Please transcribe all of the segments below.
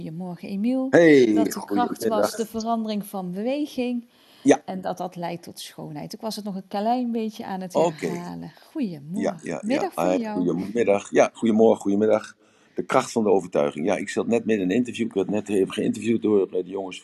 Goedemorgen, Emiel. Hey, Dat de kracht was de goedemiddag. verandering van beweging Ja, en dat leidt tot schoonheid. Ik was het nog een klein beetje aan het oké. herhalen. Ja, Goedemorgen. ja, ja. Middag voor jou. Goedemiddag. Ja, goedemorgen, goedemiddag. De kracht van de overtuiging. Ja, ik zat net midden in een interview. Ik werd net even geïnterviewd door de jongens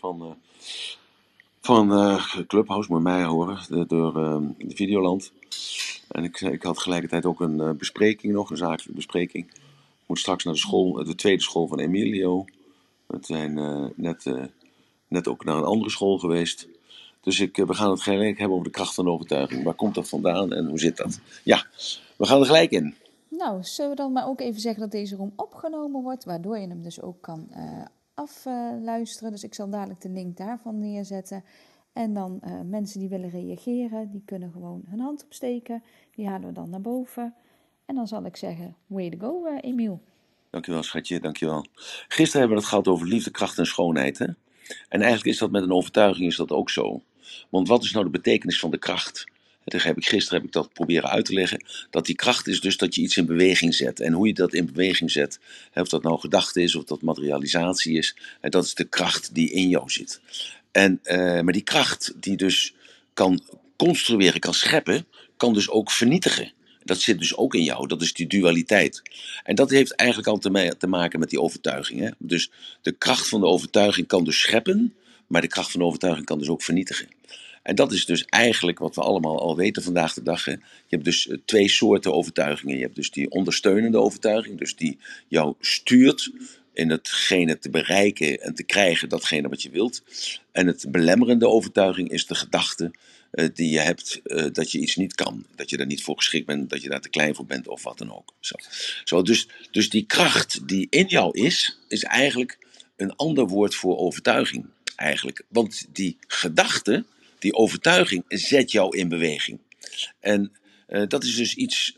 van Clubhouse, moet je mij horen, door de Videoland. En ik had tegelijkertijd ook een bespreking nog, een zakelijke bespreking. Ik moet straks naar de school, de tweede school van Emilio. We zijn net ook naar een andere school geweest. Dus we gaan het gelijk hebben over de kracht van de overtuiging. Waar komt dat vandaan en hoe zit dat? Ja, we gaan er gelijk in. Nou, zullen we dan maar ook even zeggen dat deze room opgenomen wordt, waardoor je hem dus ook kan afluisteren. Dus ik zal dadelijk de link daarvan neerzetten. En dan mensen die willen reageren, die kunnen gewoon hun hand opsteken. Die halen we dan naar boven. En dan zal ik zeggen, way to go, Emiel. Dankjewel, schatje, dankjewel. Gisteren hebben we het gehad over liefde, kracht en schoonheid. Hè? En eigenlijk is dat met een overtuiging is dat ook zo. Want wat is nou de betekenis van de kracht? Gisteren heb ik dat proberen uit te leggen. Dat die kracht is dus dat je iets in beweging zet. En hoe je dat in beweging zet, of dat nou gedachte is of dat materialisatie is, dat is de kracht die in jou zit. Maar die kracht die dus kan construeren, kan scheppen, kan dus ook vernietigen. Dat zit dus ook in jou, dat is die dualiteit. En dat heeft eigenlijk al te maken met die overtuiging. Hè? Dus de kracht van de overtuiging kan dus scheppen, maar de kracht van de overtuiging kan dus ook vernietigen. En dat is dus eigenlijk wat we allemaal al weten vandaag de dag. Hè? Je hebt dus twee soorten overtuigingen. Je hebt dus die ondersteunende overtuiging, dus die jou stuurt in hetgene te bereiken en te krijgen datgene wat je wilt. En het belemmerende overtuiging is de gedachte die je hebt dat je iets niet kan. Dat je daar niet voor geschikt bent, dat je daar te klein voor bent of wat dan ook. Dus die kracht die in jou is eigenlijk een ander woord voor overtuiging. Eigenlijk. Want die gedachte, die overtuiging, zet jou in beweging. En dat is dus iets,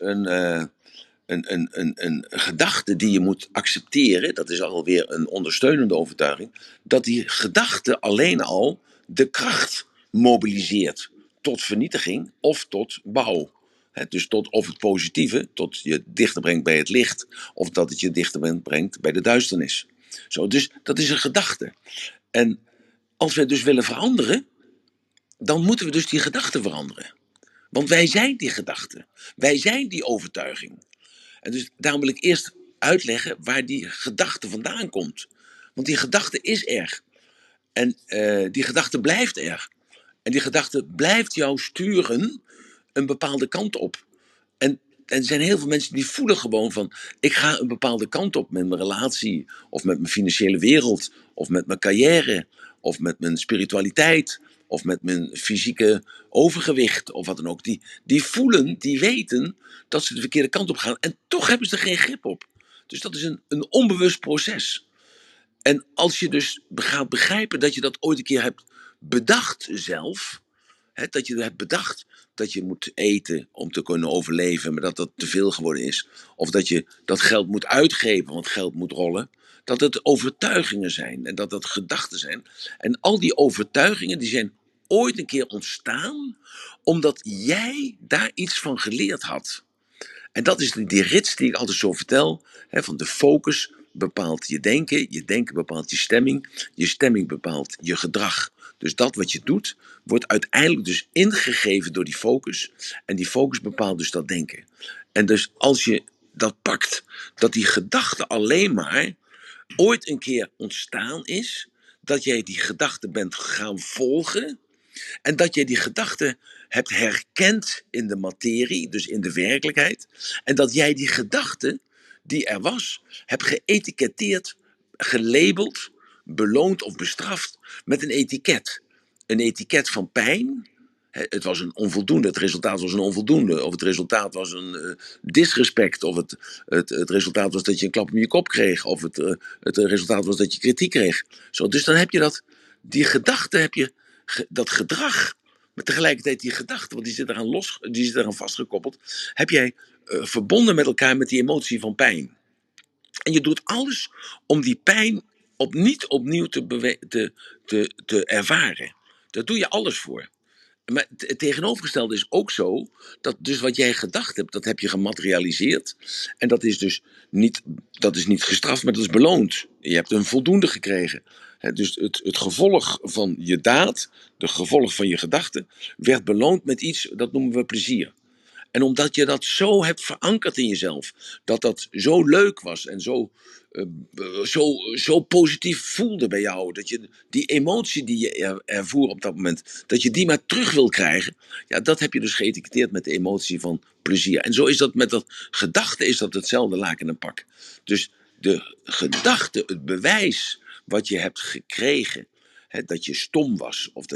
een gedachte die je moet accepteren. Dat is alweer een ondersteunende overtuiging. Dat die gedachte alleen al de kracht mobiliseert tot vernietiging of tot bouw. Dus tot of het positieve, tot je dichter brengt bij het licht, of dat het je dichter brengt bij de duisternis. Dus dat is een gedachte. En als wij dus willen veranderen, dan moeten we dus die gedachte veranderen. Want wij zijn die gedachte. Wij zijn die overtuiging. En dus daarom wil ik eerst uitleggen waar die gedachte vandaan komt. Want die gedachte is er. En die gedachte blijft er. En die gedachte blijft jou sturen een bepaalde kant op. En er zijn heel veel mensen die voelen gewoon van, ik ga een bepaalde kant op met mijn relatie, of met mijn financiële wereld, of met mijn carrière, of met mijn spiritualiteit, of met mijn fysieke overgewicht, of wat dan ook. Die voelen, die weten dat ze de verkeerde kant op gaan en toch hebben ze er geen grip op. Dus dat is een onbewust proces. En als je dus gaat begrijpen dat je dat ooit een keer hebt bedacht zelf, dat je hebt bedacht dat je moet eten om te kunnen overleven, maar dat dat te veel geworden is. Of dat je dat geld moet uitgeven, want geld moet rollen. Dat het overtuigingen zijn en dat dat gedachten zijn. En al die overtuigingen die zijn ooit een keer ontstaan omdat jij daar iets van geleerd had. En dat is die rits die ik altijd zo vertel, van de focus bepaalt je denken bepaalt je stemming bepaalt je gedrag. Dus dat wat je doet, wordt uiteindelijk dus ingegeven door die focus. En die focus bepaalt dus dat denken. En dus als je dat pakt, dat die gedachte alleen maar ooit een keer ontstaan is, dat jij die gedachte bent gaan volgen, en dat jij die gedachte hebt herkend in de materie, dus in de werkelijkheid. En dat jij die gedachte die er was, hebt geëtiketteerd, gelabeld, beloond of bestraft met een etiket. Een etiket van pijn. Het was een onvoldoende, het resultaat was een onvoldoende. Of het resultaat was een disrespect. Of het resultaat was dat je een klap op je kop kreeg. Of het resultaat was dat je kritiek kreeg. Dus dan heb je die gedachte heb je dat gedrag, maar tegelijkertijd die gedachte, want die zit eraan vastgekoppeld, heb jij verbonden met elkaar met die emotie van pijn. En je doet alles om die pijn niet opnieuw te ervaren. Daar doe je alles voor. Maar het tegenovergestelde is ook zo, dat dus wat jij gedacht hebt, dat heb je gematerialiseerd. En dat is dus niet, dat is niet gestraft, maar dat is beloond. Je hebt een voldoende gekregen. Dus het gevolg van je daad, de gevolg van je gedachte, werd beloond met iets, dat noemen we plezier. En omdat je dat zo hebt verankerd in jezelf, dat dat zo leuk was en zo positief voelde bij jou, dat je die emotie die je ervoer op dat moment, dat je die maar terug wil krijgen, ja, dat heb je dus geëtiketteerd met de emotie van plezier. En zo is dat met dat gedachte, is dat hetzelfde laken en pak. Dus de gedachte, het bewijs wat je hebt gekregen, dat je stom was, of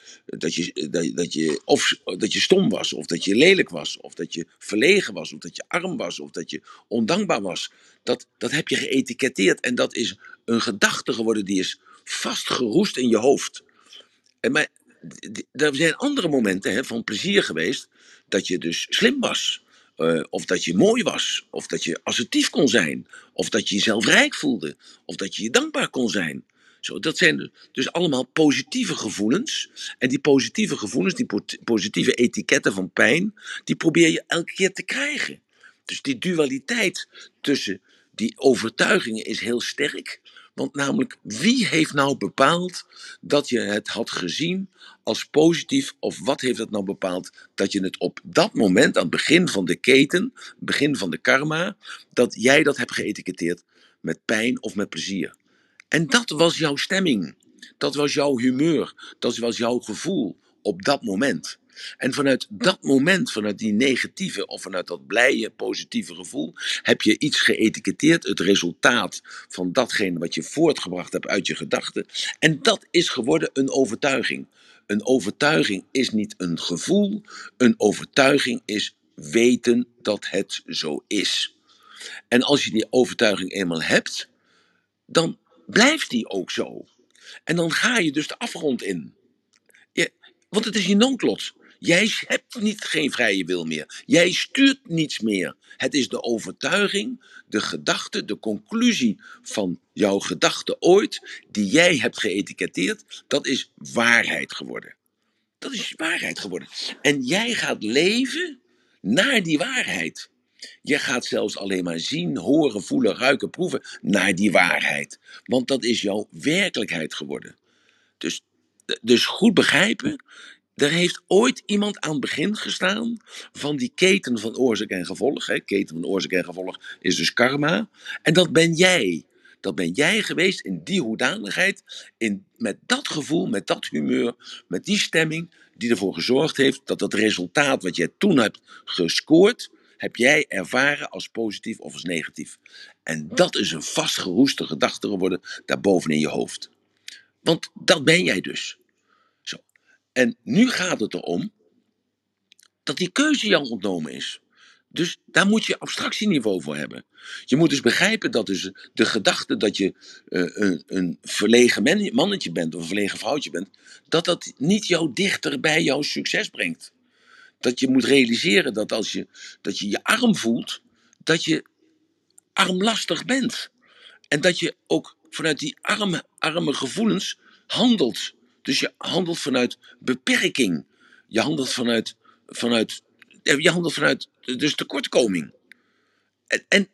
dat je stom was, of dat je lelijk was, of dat je verlegen was, of dat je arm was, of dat je ondankbaar was. Dat heb je geëtiketteerd en dat is een gedachte geworden die is vastgeroest in je hoofd. Maar er zijn andere momenten van plezier geweest, dat je dus slim was. Of dat je mooi was, of dat je assertief kon zijn, of dat je jezelf rijk voelde, of dat je je dankbaar kon zijn. Zo, dat zijn dus allemaal positieve gevoelens. En die positieve gevoelens, die positieve etiketten van pijn, die probeer je elke keer te krijgen. Dus die dualiteit tussen die overtuigingen is heel sterk. Want namelijk, wie heeft nou bepaald dat je het had gezien als positief? Of wat heeft het nou bepaald dat je het op dat moment, aan het begin van de keten, begin van de karma, dat jij dat hebt geëtiketteerd met pijn of met plezier? En dat was jouw stemming. Dat was jouw humeur. Dat was jouw gevoel op dat moment. En vanuit dat moment, vanuit die negatieve of vanuit dat blije, positieve gevoel, heb je iets geëtiketteerd, het resultaat van datgene wat je voortgebracht hebt uit je gedachten. En dat is geworden een overtuiging. Een overtuiging is niet een gevoel, een overtuiging is weten dat het zo is. En als je die overtuiging eenmaal hebt, dan blijft die ook zo. En dan ga je dus de afgrond in. Want het is je noodlot. Jij hebt geen vrije wil meer. Jij stuurt niets meer. Het is de overtuiging, de gedachte, de conclusie van jouw gedachte ooit, die jij hebt geëtiketteerd, dat is waarheid geworden. Dat is waarheid geworden. En jij gaat leven naar die waarheid. Je gaat zelfs alleen maar zien, horen, voelen, ruiken, proeven naar die waarheid. Want dat is jouw werkelijkheid geworden. Dus goed begrijpen, er heeft ooit iemand aan het begin gestaan van die keten van oorzaak en gevolg. Keten van oorzaak en gevolg is dus karma. En dat ben jij. Dat ben jij geweest in die hoedanigheid, met dat gevoel, met dat humeur, met die stemming, die ervoor gezorgd heeft dat het resultaat wat jij toen hebt gescoord, heb jij ervaren als positief of als negatief. En dat is een vastgeroeste gedachte geworden daarboven in je hoofd. Want dat ben jij dus. Zo. En nu gaat het erom dat die keuze jou ontnomen is. Dus daar moet je abstractieniveau voor hebben. Je moet dus begrijpen dat dus de gedachte dat je een verlegen mannetje bent of een verlegen vrouwtje bent, dat niet jou dichter bij jouw succes brengt. Dat je moet realiseren dat als je arm voelt, dat je armlastig bent. En dat je ook vanuit die arme gevoelens handelt. Dus je handelt vanuit beperking. Je handelt vanuit dus tekortkoming. En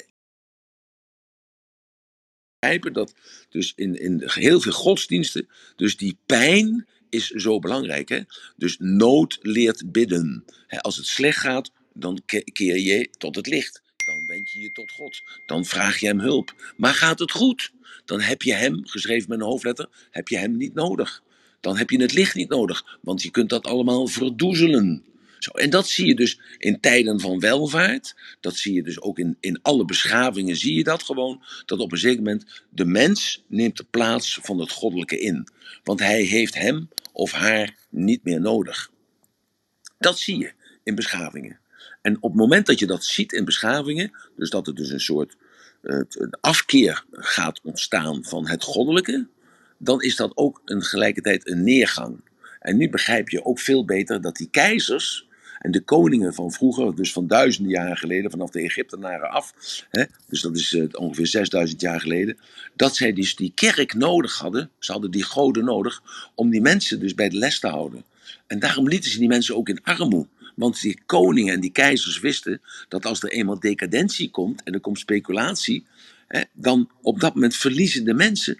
begrijpen dat dus in heel veel godsdiensten, dus die pijn is zo belangrijk. Hè? Dus nood leert bidden. Als het slecht gaat, dan keer je tot het licht. Dan wend je je tot God. Dan vraag je hem hulp. Maar gaat het goed, dan heb je hem, geschreven met een hoofdletter, heb je hem niet nodig. Dan heb je het licht niet nodig, want je kunt dat allemaal verdoezelen. Zo, en dat zie je dus in tijden van welvaart. Dat zie je dus ook in alle beschavingen, zie je dat gewoon. Dat op een zeker moment de mens neemt de plaats van het goddelijke in. Want hij heeft hem of haar niet meer nodig. Dat zie je in beschavingen. En op het moment dat je dat ziet in beschavingen, dus dat er dus een soort afkeer gaat ontstaan van het goddelijke, dan is dat ook tegelijkertijd een neergang. En nu begrijp je ook veel beter dat die keizers en de koningen van vroeger, dus van duizenden jaren geleden, vanaf de Egyptenaren af, dus dat is ongeveer 6000 jaar geleden, dat zij dus die kerk nodig hadden, ze hadden die goden nodig, om die mensen dus bij de les te houden. En daarom lieten ze die mensen ook in armoede. Want die koningen en die keizers wisten dat als er eenmaal decadentie komt en er komt speculatie, dan op dat moment verliezen de mensen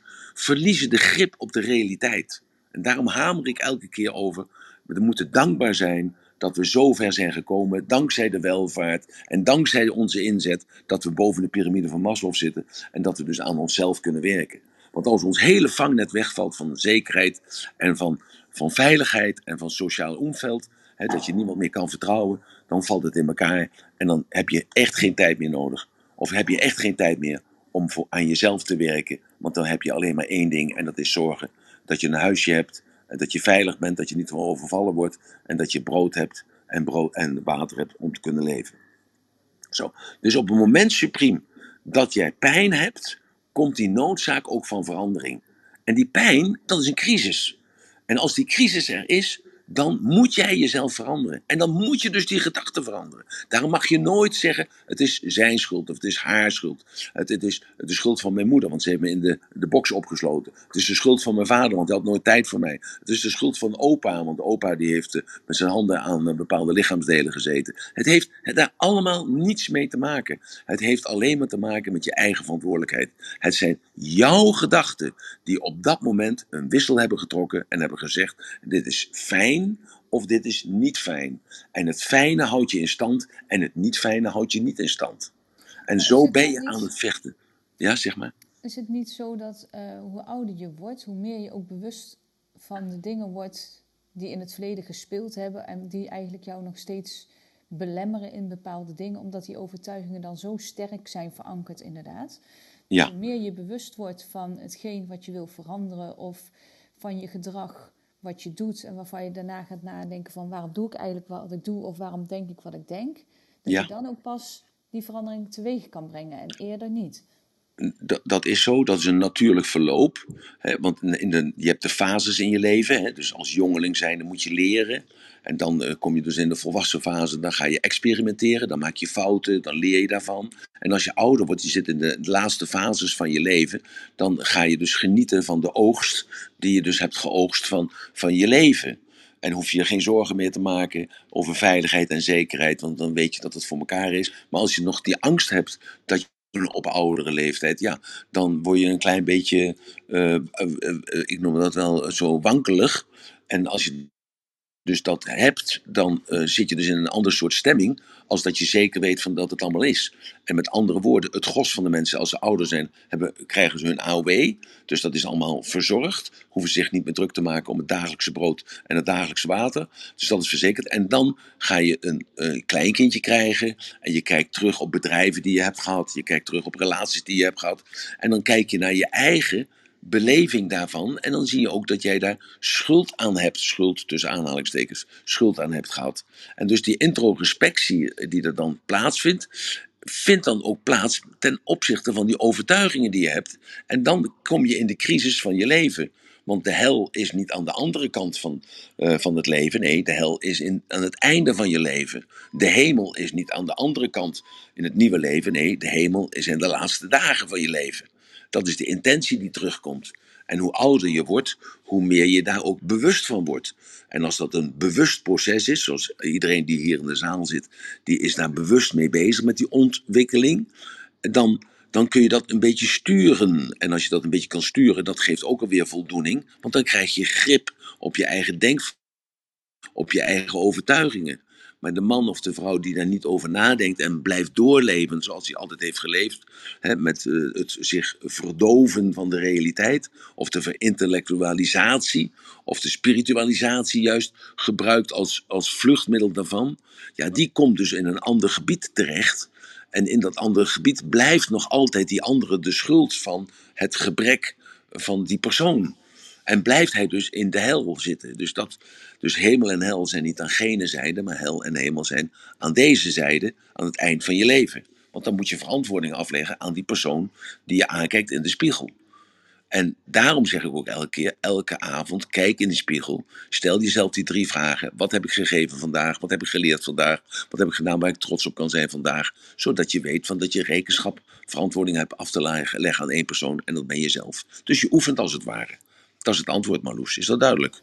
de grip op de realiteit. En daarom hamer ik elke keer over, we moeten dankbaar zijn dat we zo ver zijn gekomen, dankzij de welvaart en dankzij onze inzet, dat we boven de piramide van Maslow zitten en dat we dus aan onszelf kunnen werken. Want als ons hele vangnet wegvalt van zekerheid en van veiligheid en van sociaal omveld, dat je niemand meer kan vertrouwen, dan valt het in elkaar en dan heb je echt geen tijd meer nodig. Of heb je echt geen tijd meer om aan jezelf te werken, want dan heb je alleen maar één ding en dat is zorgen dat je een huisje hebt, dat je veilig bent, dat je niet overvallen wordt en dat je brood hebt en water hebt om te kunnen leven. Zo. Dus op het moment supriem dat jij pijn hebt, komt die noodzaak ook van verandering. En die pijn, dat is een crisis. En als die crisis er is, dan moet jij jezelf veranderen. En dan moet je dus die gedachten veranderen. Daarom mag je nooit zeggen, het is zijn schuld of het is haar schuld. Het is de schuld van mijn moeder, want ze heeft me in de box opgesloten. Het is de schuld van mijn vader, want hij had nooit tijd voor mij. Het is de schuld van opa, want opa die heeft met zijn handen aan bepaalde lichaamsdelen gezeten. Het heeft daar allemaal niets mee te maken. Het heeft alleen maar te maken met je eigen verantwoordelijkheid. Het zijn jouw gedachten die op dat moment een wissel hebben getrokken en hebben gezegd, dit is fijn of dit is niet fijn. En het fijne houdt je in stand en het niet fijne houdt je niet in stand. En zo ben je aan het vechten. Ja, zeg maar. Is het niet zo dat hoe ouder je wordt, hoe meer je ook bewust van de dingen wordt die in het verleden gespeeld hebben en die eigenlijk jou nog steeds belemmeren in bepaalde dingen, omdat die overtuigingen dan zo sterk zijn verankerd inderdaad. Dus Ja. hoe meer je bewust wordt van hetgeen wat je wil veranderen of van je gedrag wat je doet en waarvan je daarna gaat nadenken van waarom doe ik eigenlijk wat ik doe of waarom denk ik wat ik denk, dat je dan ook pas die verandering teweeg kan brengen en eerder niet. Dat is zo, dat is een natuurlijk verloop. Want je hebt de fases in je leven. Dus als jongeling zijnde moet je leren. En dan kom je dus in de volwassen fase, dan ga je experimenteren. Dan maak je fouten, dan leer je daarvan. En als je ouder wordt, je zit in de laatste fases van je leven, dan ga je dus genieten van de oogst die je dus hebt geoogst van je leven. En hoef je geen zorgen meer te maken over veiligheid en zekerheid, want dan weet je dat het voor elkaar is. Maar als je nog die angst hebt dat je op oudere leeftijd, ja, dan word je een klein beetje, ik noem dat wel zo wankelig. En als je dus dat hebt, dan zit je dus in een ander soort stemming als dat je zeker weet van dat het allemaal is. En met andere woorden, het gros van de mensen als ze ouder zijn, krijgen ze hun AOW. Dus dat is allemaal verzorgd. Hoeven zich niet meer druk te maken om het dagelijkse brood en het dagelijkse water. Dus dat is verzekerd. En dan ga je een kleinkindje krijgen. En je kijkt terug op bedrijven die je hebt gehad. Je kijkt terug op relaties die je hebt gehad. En dan kijk je naar je eigen beleving daarvan. En dan zie je ook dat jij daar schuld aan hebt. Schuld tussen aanhalingstekens. Schuld aan hebt gehad. En dus die introspectie die er dan plaatsvindt, vindt dan ook plaats ten opzichte van die overtuigingen die je hebt. En dan kom je in de crisis van je leven. Want de hel is niet aan de andere kant van het leven. Nee, de hel is aan het einde van je leven. De hemel is niet aan de andere kant in het nieuwe leven. Nee, de hemel is in de laatste dagen van je leven. Dat is de intentie die terugkomt. En hoe ouder je wordt, hoe meer je daar ook bewust van wordt. En als dat een bewust proces is, zoals iedereen die hier in de zaal zit, die is daar bewust mee bezig met die ontwikkeling, dan kun je dat een beetje sturen. En als je dat een beetje kan sturen, dat geeft ook alweer voldoening, want dan krijg je grip op je eigen op je eigen overtuigingen. Maar de man of de vrouw die daar niet over nadenkt en blijft doorleven zoals hij altijd heeft geleefd, met het zich verdoven van de realiteit, of de verintellectualisatie, of de spiritualisatie juist gebruikt als vluchtmiddel daarvan, ja, die komt dus in een ander gebied terecht. En in dat andere gebied blijft nog altijd die andere de schuld van het gebrek van die persoon. En blijft hij dus in de hel zitten. Dus hemel en hel zijn niet aan gene zijde, maar hel en hemel zijn aan deze zijde, aan het eind van je leven. Want dan moet je verantwoording afleggen aan die persoon die je aankijkt in de spiegel. En daarom zeg ik ook elke keer, elke avond, kijk in de spiegel. Stel jezelf die 3 vragen. Wat heb ik gegeven vandaag? Wat heb ik geleerd vandaag? Wat heb ik gedaan waar ik trots op kan zijn vandaag? Zodat je weet dat je rekenschap, verantwoording hebt af te leggen aan één persoon. En dat ben je zelf. Dus je oefent als het ware. Dat is het antwoord, Marloes. Is dat duidelijk?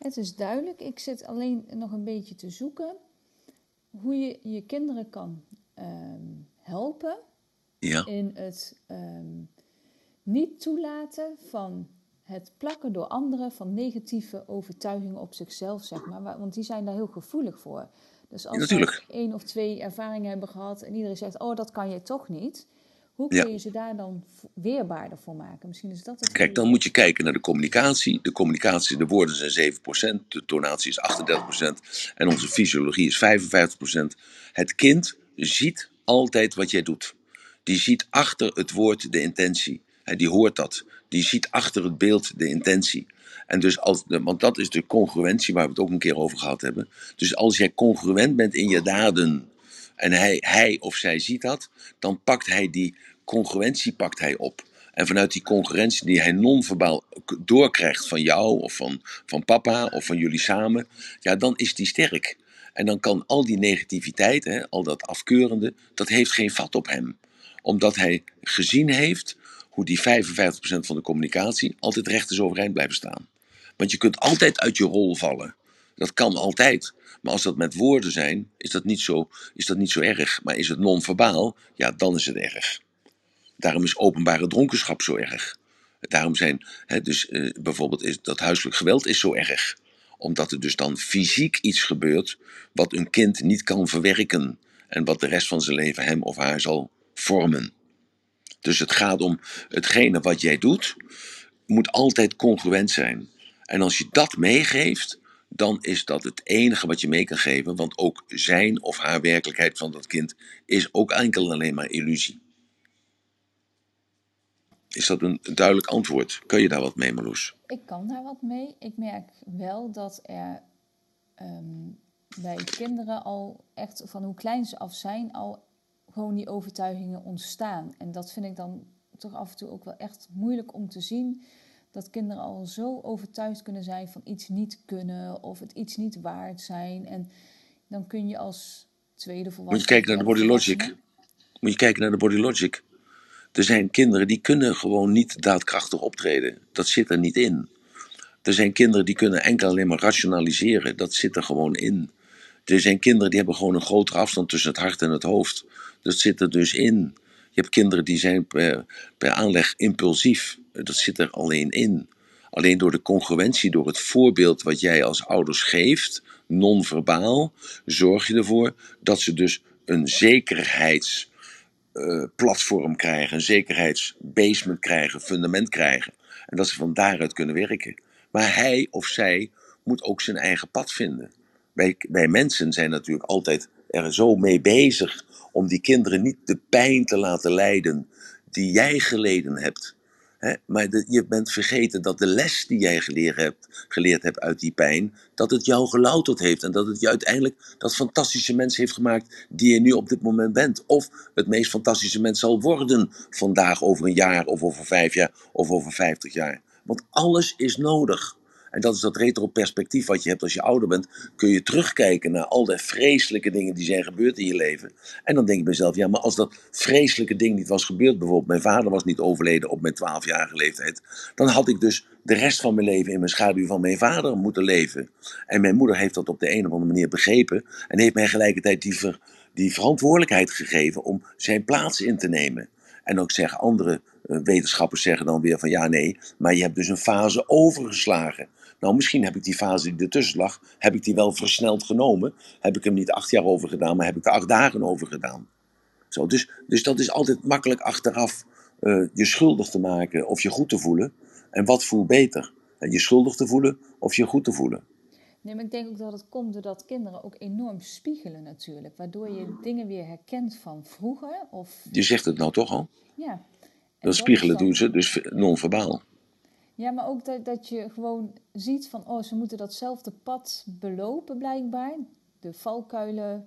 Het is duidelijk. Ik zit alleen nog een beetje te zoeken hoe je je kinderen kan helpen Ja, in het niet toelaten van het plakken door anderen van negatieve overtuigingen op zichzelf, zeg maar. Want die zijn daar heel gevoelig voor. Dus ja, als zij natuurlijk. 1 of 2 ervaringen hebben gehad en iedereen zegt, oh, dat kan je toch niet. Hoe Ja. kun je ze daar dan weerbaarder voor maken? Misschien is dat het Kijk, dan goede. moet je kijken naar de communicatie. De communicatie, de woorden zijn 7%, de tonatie is 38% en onze fysiologie is 55%. Het kind ziet altijd wat jij doet. Die ziet achter het woord de intentie. Die hoort dat. Die ziet achter het beeld de intentie. En dus want dat is de congruentie waar we het ook een keer over gehad hebben. Dus als jij congruent bent in je daden en hij of zij ziet dat, dan pakt hij die congruentie op. En vanuit die concurrentie die hij non-verbaal doorkrijgt van jou of van papa of van jullie samen, ja, dan is die sterk. En dan kan al die negativiteit, hè, al dat afkeurende, dat heeft geen vat op hem. Omdat hij gezien heeft hoe die 55% van de communicatie altijd recht is overeind blijven staan. Want je kunt altijd uit je rol vallen. Dat kan altijd. Maar als dat met woorden zijn, is dat niet zo erg. Maar is het non-verbaal, ja, dan is het erg. Daarom is openbare dronkenschap zo erg. Daarom zijn, bijvoorbeeld, dat huiselijk geweld is zo erg. Omdat er dus dan fysiek iets gebeurt wat een kind niet kan verwerken. En wat de rest van zijn leven hem of haar zal vormen. Dus het gaat om hetgene wat jij doet, moet altijd congruent zijn. En als je dat meegeeft, dan is dat het enige wat je mee kan geven. Want ook zijn of haar werkelijkheid van dat kind is ook enkel en alleen maar illusie. Is dat een duidelijk antwoord? Kun je daar wat mee, Marloes? Ik kan daar wat mee. Ik merk wel dat er bij kinderen al echt van hoe klein ze af zijn, al gewoon die overtuigingen ontstaan. En dat vind ik dan toch af en toe ook wel echt moeilijk om te zien. Dat kinderen al zo overtuigd kunnen zijn van iets niet kunnen of het iets niet waard zijn. En dan kun je als tweede Moet je volwassene of kijken naar de derde body logic. volwassene. Moet je kijken naar de body logic. Er zijn kinderen die kunnen gewoon niet daadkrachtig optreden. Dat zit er niet in. Er zijn kinderen die kunnen enkel alleen maar rationaliseren. Dat zit er gewoon in. Er zijn kinderen die hebben gewoon een grotere afstand tussen het hart en het hoofd. Dat zit er dus in. Je hebt kinderen die zijn per aanleg impulsief. Dat zit er alleen in. Alleen door de congruentie, door het voorbeeld wat jij als ouders geeft, non-verbaal, zorg je ervoor dat ze dus een zekerheidsplatform krijgen, een zekerheidsbasement krijgen, fundament krijgen. En dat ze van daaruit kunnen werken. Maar hij of zij moet ook zijn eigen pad vinden. Wij mensen zijn natuurlijk altijd er zo mee bezig om die kinderen niet de pijn te laten lijden die jij geleden hebt. Maar je bent vergeten dat de les die jij geleerd hebt uit die pijn, dat het jou gelouterd heeft. En dat het je uiteindelijk dat fantastische mens heeft gemaakt die je nu op dit moment bent. Of het meest fantastische mens zal worden vandaag, over een jaar, of over 5 jaar, of over 50 jaar. Want alles is nodig. En dat is dat retro-perspectief wat je hebt als je ouder bent. Kun je terugkijken naar al die vreselijke dingen die zijn gebeurd in je leven. En dan denk ik mezelf, ja, maar als dat vreselijke ding niet was gebeurd, bijvoorbeeld mijn vader was niet overleden op mijn 12-jarige leeftijd, dan had ik dus de rest van mijn leven in mijn schaduw van mijn vader moeten leven. En mijn moeder heeft dat op de een of andere manier begrepen en heeft mij tegelijkertijd die verantwoordelijkheid gegeven om zijn plaats in te nemen. En ook zeggen andere wetenschappers zeggen dan weer van ja, nee, maar je hebt dus een fase overgeslagen. Nou, misschien heb ik die fase die ertussen lag, heb ik die wel versneld genomen. Heb ik hem niet 8 jaar over gedaan, maar heb ik er 8 dagen over gedaan. Zo, dus dat is altijd makkelijk achteraf je schuldig te maken of je goed te voelen. En wat voelt beter? Je schuldig te voelen of je goed te voelen? Nee, maar ik denk ook dat het komt doordat kinderen ook enorm spiegelen natuurlijk. Waardoor je dingen weer herkent van vroeger. Of Je zegt het nou toch al? ja, en Dat dat is spiegelen doen dan. ze, dus non-verbaal. Ja, maar ook dat je gewoon ziet van, oh, ze moeten datzelfde pad belopen blijkbaar. De valkuilen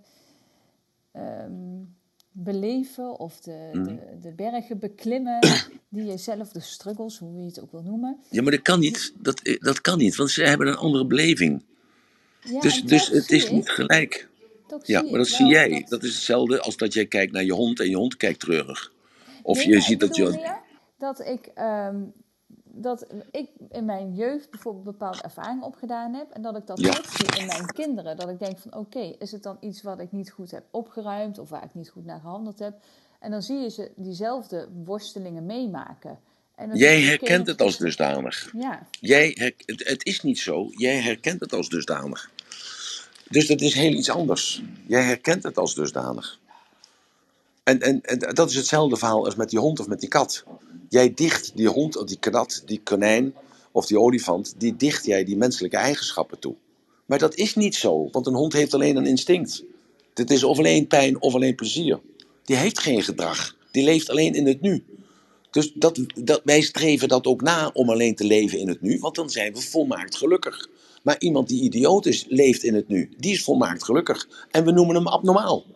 beleven of de bergen beklimmen die je zelf, de struggles, hoe je het ook wil noemen. Ja, maar dat kan niet. Dat kan niet, want ze hebben een andere beleving. Ja, Dus, en dus toch het zie is ik, niet gelijk. toch Ja, zie maar ik dat zie wel jij. dat. Dat is hetzelfde als dat jij kijkt naar je hond en je hond kijkt treurig. Of Nee, je maar ik ziet dat bedoel je... meer dat ik dat ik in mijn jeugd bijvoorbeeld bepaalde ervaringen opgedaan heb. En dat ik dat Ja. terugzie in mijn kinderen. Dat ik denk van oké, is het dan iets wat ik niet goed heb opgeruimd of waar ik niet goed naar gehandeld heb? En dan zie je ze diezelfde worstelingen meemaken. En dan Jij is het herkent het als dusdanig. Ja. Het is niet zo. Jij herkent het als dusdanig. Dus dat is heel iets anders. Jij herkent het als dusdanig. En dat is hetzelfde verhaal als met die hond of met die kat. Jij dicht die hond of die kat, die konijn of die olifant, die dicht jij die menselijke eigenschappen toe. Maar dat is niet zo, want een hond heeft alleen een instinct. Dit is of alleen pijn of alleen plezier. Die heeft geen gedrag. Die leeft alleen in het nu. Dus wij streven dat ook na om alleen te leven in het nu, want dan zijn we volmaakt gelukkig. Maar iemand die idioot is, leeft in het nu. Die is volmaakt gelukkig. En we noemen hem abnormaal.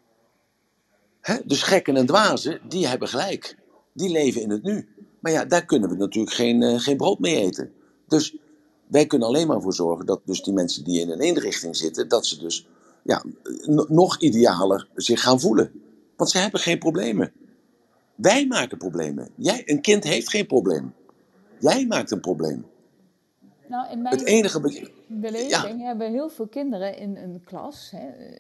Dus gekken en dwazen, die hebben gelijk. Die leven in het nu. Maar ja, daar kunnen we natuurlijk geen brood mee eten. Dus wij kunnen alleen maar voor zorgen dat dus die mensen die in een inrichting zitten, dat ze dus nog idealer zich gaan voelen. Want ze hebben geen problemen. Wij maken problemen. Een kind heeft geen probleem. Jij maakt een probleem. Nou, in Het mijn enige... beleving hebben heel veel kinderen in een klas,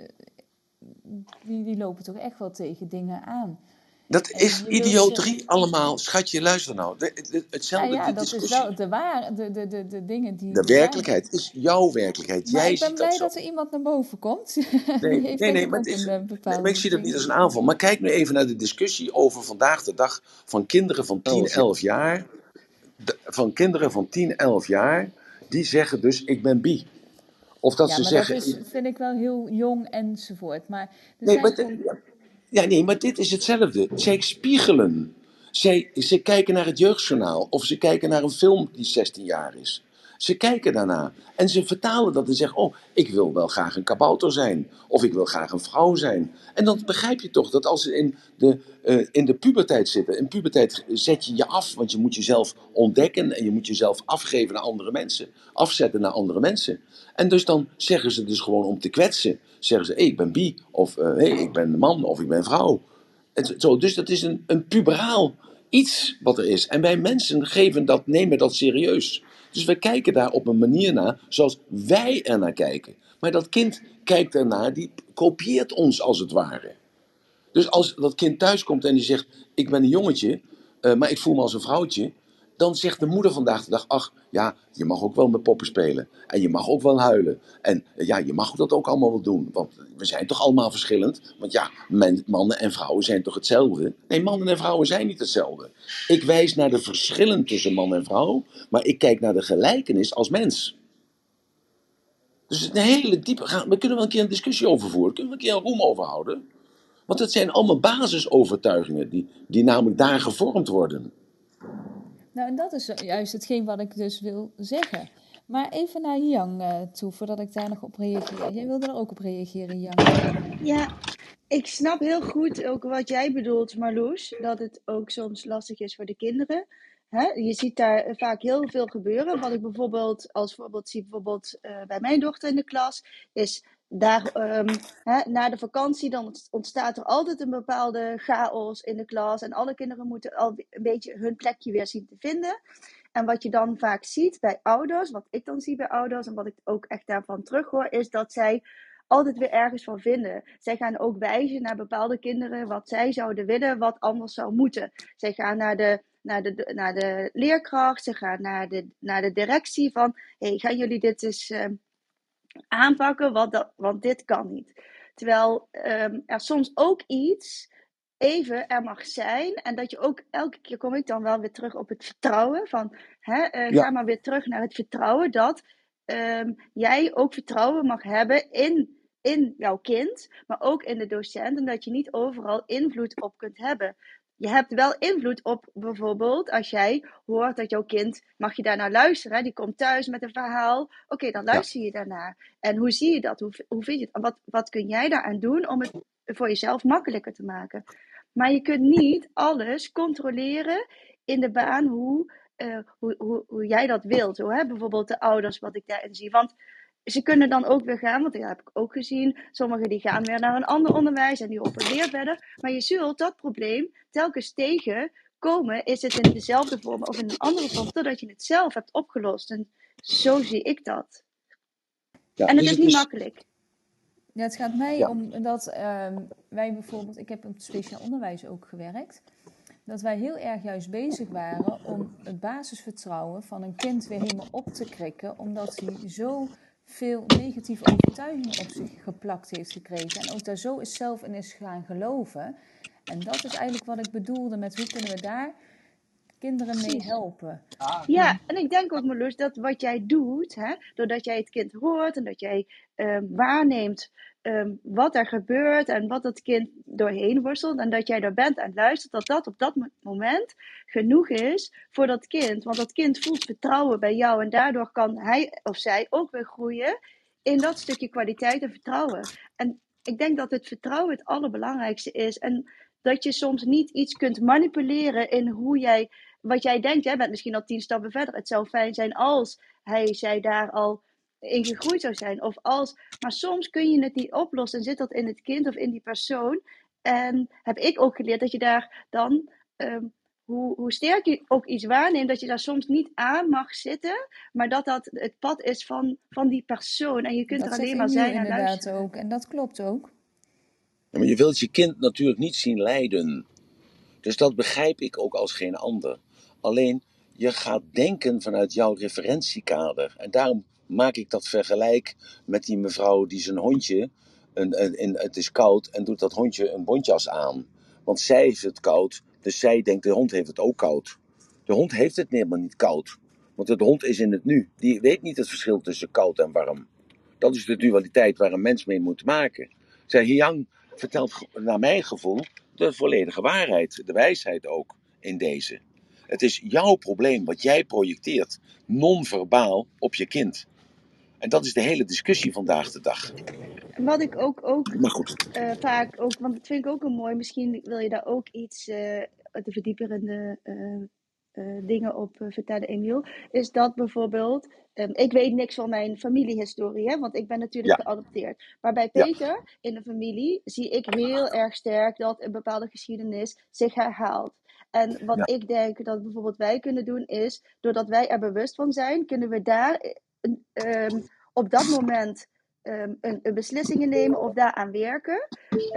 die lopen toch echt wel tegen dingen aan. Dat En is je wilt idioterie allemaal. Schatje, luister nou. Hetzelfde, ja, die dat is discussie. wel de dingen die De er zijn. werkelijkheid is jouw werkelijkheid. Maar Jij ik ben ziet dat blij zo. dat er iemand naar boven komt. Die heeft Nee, denk ik maar, ook een maar bepaalde ik zie dat niet als een visie. aanval. Maar kijk nu even naar de discussie over vandaag de dag van kinderen van 10, 11 jaar. Van kinderen van 10, 11 jaar. Die zeggen dus, ik ben bi. Of dat Ja, ze maar dat zeggen... vind ik wel heel jong enzovoort. Maar er Nee, zijn maar, gewoon... nee, maar dit is hetzelfde. Zij spiegelen. Ze kijken naar het jeugdjournaal. Of ze kijken naar een film die 16 jaar is. Ze kijken daarna. En ze vertalen dat en zeggen: oh, ik wil wel graag een kabouter zijn. Of ik wil graag een vrouw zijn. En dan begrijp je toch dat als ze in de puberteit zitten. In puberteit zet je je af. Want je moet jezelf ontdekken. En je moet jezelf afgeven naar andere mensen. Afzetten naar andere mensen. En dus dan zeggen ze dus gewoon om te kwetsen. Zeggen ze: hey, ik ben bi. Of hey, ik ben man. Of ik ben vrouw. Dus dat is een puberaal iets wat er is. En wij mensen nemen dat serieus. Dus we kijken daar op een manier naar zoals wij er naar kijken. Maar dat kind kijkt ernaar, die kopieert ons als het ware. Dus als dat kind thuis komt en die zegt: ik ben een jongetje, maar ik voel me als een vrouwtje. Dan zegt de moeder vandaag de dag: ach ja, je mag ook wel met poppen spelen. En je mag ook wel huilen. En ja, je mag dat ook allemaal wel doen. Want we zijn toch allemaal verschillend. Want ja, mannen en vrouwen zijn toch hetzelfde? Nee, mannen en vrouwen zijn niet hetzelfde. Ik wijs naar de verschillen tussen man en vrouw. Maar ik kijk naar de gelijkenis als mens. Dus het is een hele diepe... We kunnen wel een keer een discussie over voeren. Kunnen we een keer een roem over houden. Want het zijn allemaal basisovertuigingen die namelijk daar gevormd worden. Nou, en dat is juist hetgeen wat ik dus wil zeggen. Maar even naar Yang toe, voordat ik daar nog op reageer. Jij wilde er ook op reageren, Yang. Ja, ik snap heel goed ook wat jij bedoelt, Marloes. Dat het ook soms lastig is voor de kinderen. Je ziet daar vaak heel veel gebeuren. Wat ik bijvoorbeeld als voorbeeld zie, bij mijn dochter in de klas, is daar na de vakantie, dan ontstaat er altijd een bepaalde chaos in de klas. En alle kinderen moeten al een beetje hun plekje weer zien te vinden. En wat je dan vaak ziet bij ouders, wat ik dan zie bij ouders en wat ik ook echt daarvan terughoor, is dat zij altijd weer ergens van vinden. Zij gaan ook wijzen naar bepaalde kinderen wat zij zouden willen, wat anders zou moeten. Zij gaan naar de leerkracht, ze gaan naar de directie van: hey, gaan jullie dit eens aanpakken, want dit kan niet. Terwijl er soms ook iets even er mag zijn. En dat je ook, elke keer kom ik dan wel weer terug op het vertrouwen. Van, ga maar weer terug naar het vertrouwen dat jij ook vertrouwen mag hebben in jouw kind. Maar ook in de docent. En dat je niet overal invloed op kunt hebben. Je hebt wel invloed op bijvoorbeeld als jij hoort dat jouw kind, mag je daarnaar luisteren? Hè? Die komt thuis met een verhaal. Oké, dan luister je daarnaar. En hoe zie je dat? Hoe vind je het? Wat kun jij daaraan doen om het voor jezelf makkelijker te maken? Maar je kunt niet alles controleren in de baan hoe jij dat wilt. Zo, hè? Bijvoorbeeld de ouders, wat ik daarin zie. Want ze kunnen dan ook weer gaan, want dat heb ik ook gezien. Sommigen die gaan weer naar een ander onderwijs en die hoppen weer verder. Maar je zult dat probleem telkens tegen komen, is het in dezelfde vorm of in een andere vorm, totdat je het zelf hebt opgelost. En zo zie ik dat. Ja, En het dus is niet makkelijk. Ja, het gaat mij Ja. om dat wij bijvoorbeeld, ik heb op het speciaal onderwijs ook gewerkt, dat wij heel erg juist bezig waren om het basisvertrouwen van een kind weer helemaal op te krikken, omdat hij zo veel negatieve overtuigingen op zich geplakt heeft gekregen en ook daar zo is zelf in is gaan geloven. En dat is eigenlijk wat ik bedoelde met hoe kunnen we daar kinderen mee Precies. helpen. Ja, en ik denk ook, Marloes, dat wat jij doet, hè, doordat jij het kind hoort en dat jij waarneemt wat er gebeurt en wat het kind doorheen worstelt en dat jij daar bent en luistert, dat dat op dat moment genoeg is voor dat kind. Want dat kind voelt vertrouwen bij jou en daardoor kan hij of zij ook weer groeien in dat stukje kwaliteit en vertrouwen. En ik denk dat het vertrouwen het allerbelangrijkste is en dat je soms niet iets kunt manipuleren in hoe jij wat jij denkt, jij bent misschien al 10 stappen verder. Het zou fijn zijn als zij daar al in gegroeid zou zijn. Maar soms kun je het niet oplossen en zit dat in het kind of in die persoon. En heb ik ook geleerd dat je daar dan, hoe sterk je ook iets waarneemt, dat je daar soms niet aan mag zitten, maar dat het pad is van die persoon. En je kunt Dat er zegt alleen maar Emiel zijn en inderdaad luisteren. ook en dat klopt ook. Ja, maar je wilt je kind natuurlijk niet zien lijden. Dus dat begrijp ik ook als geen ander. Alleen, je gaat denken vanuit jouw referentiekader. En daarom maak ik dat vergelijk met die mevrouw die zijn hondje, het is koud, en doet dat hondje een bontjas aan. Want zij heeft het koud, dus zij denkt de hond heeft het ook koud. De hond heeft het helemaal niet koud. Want de hond is in het nu. Die weet niet het verschil tussen koud en warm. Dat is de dualiteit waar een mens mee moet maken. Zij Hyang vertelt naar mijn gevoel de volledige waarheid, de wijsheid ook in deze. Het is jouw probleem wat jij projecteert, non-verbaal, op je kind. En dat is de hele discussie vandaag de dag. Wat ik ook Maar goed. vaak ook, want dat vind ik ook een mooi, misschien wil je daar ook iets de verdieperende dingen op vertellen, Emiel, is dat bijvoorbeeld, ik weet niks van mijn familiehistorie, hè, want ik ben natuurlijk Ja. geadopteerd. Maar bij Ja. Peter in de familie zie ik heel erg sterk dat een bepaalde geschiedenis zich herhaalt. En wat ik denk dat bijvoorbeeld wij kunnen doen is, doordat wij er bewust van zijn, kunnen we daar op dat moment een beslissingen nemen of daaraan werken.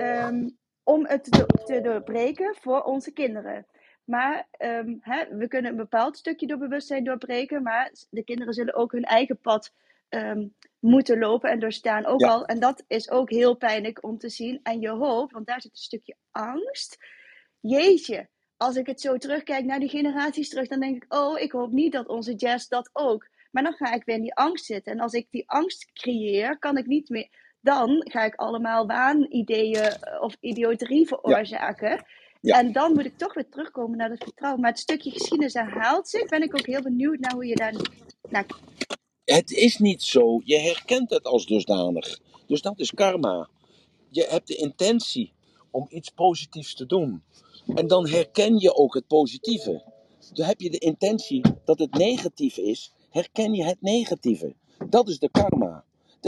Om het te doorbreken voor onze kinderen. Maar we kunnen een bepaald stukje door bewustzijn doorbreken, maar de kinderen zullen ook hun eigen pad moeten lopen en doorstaan. Ook Ja. al, en dat is ook heel pijnlijk om te zien. En je hoopt, want daar zit een stukje angst. Jeetje, als ik het zo terugkijk naar die generaties terug, dan denk ik, oh, ik hoop niet dat onze Jazz dat ook. Maar dan ga ik weer in die angst zitten. En als ik die angst creëer, kan ik niet meer. Dan ga ik allemaal waanideeën of idioterie veroorzaken. Ja. En dan moet ik toch weer terugkomen naar het vertrouwen. Maar het stukje geschiedenis herhaalt zich. Ben ik ook heel benieuwd naar hoe je daar naar. Het is niet zo. Je herkent het als dusdanig. Dus dat is karma. Je hebt de intentie om iets positiefs te doen. En dan herken je ook het positieve. Dan heb je de intentie dat het negatief is, herken je het negatieve. Dat is de karma.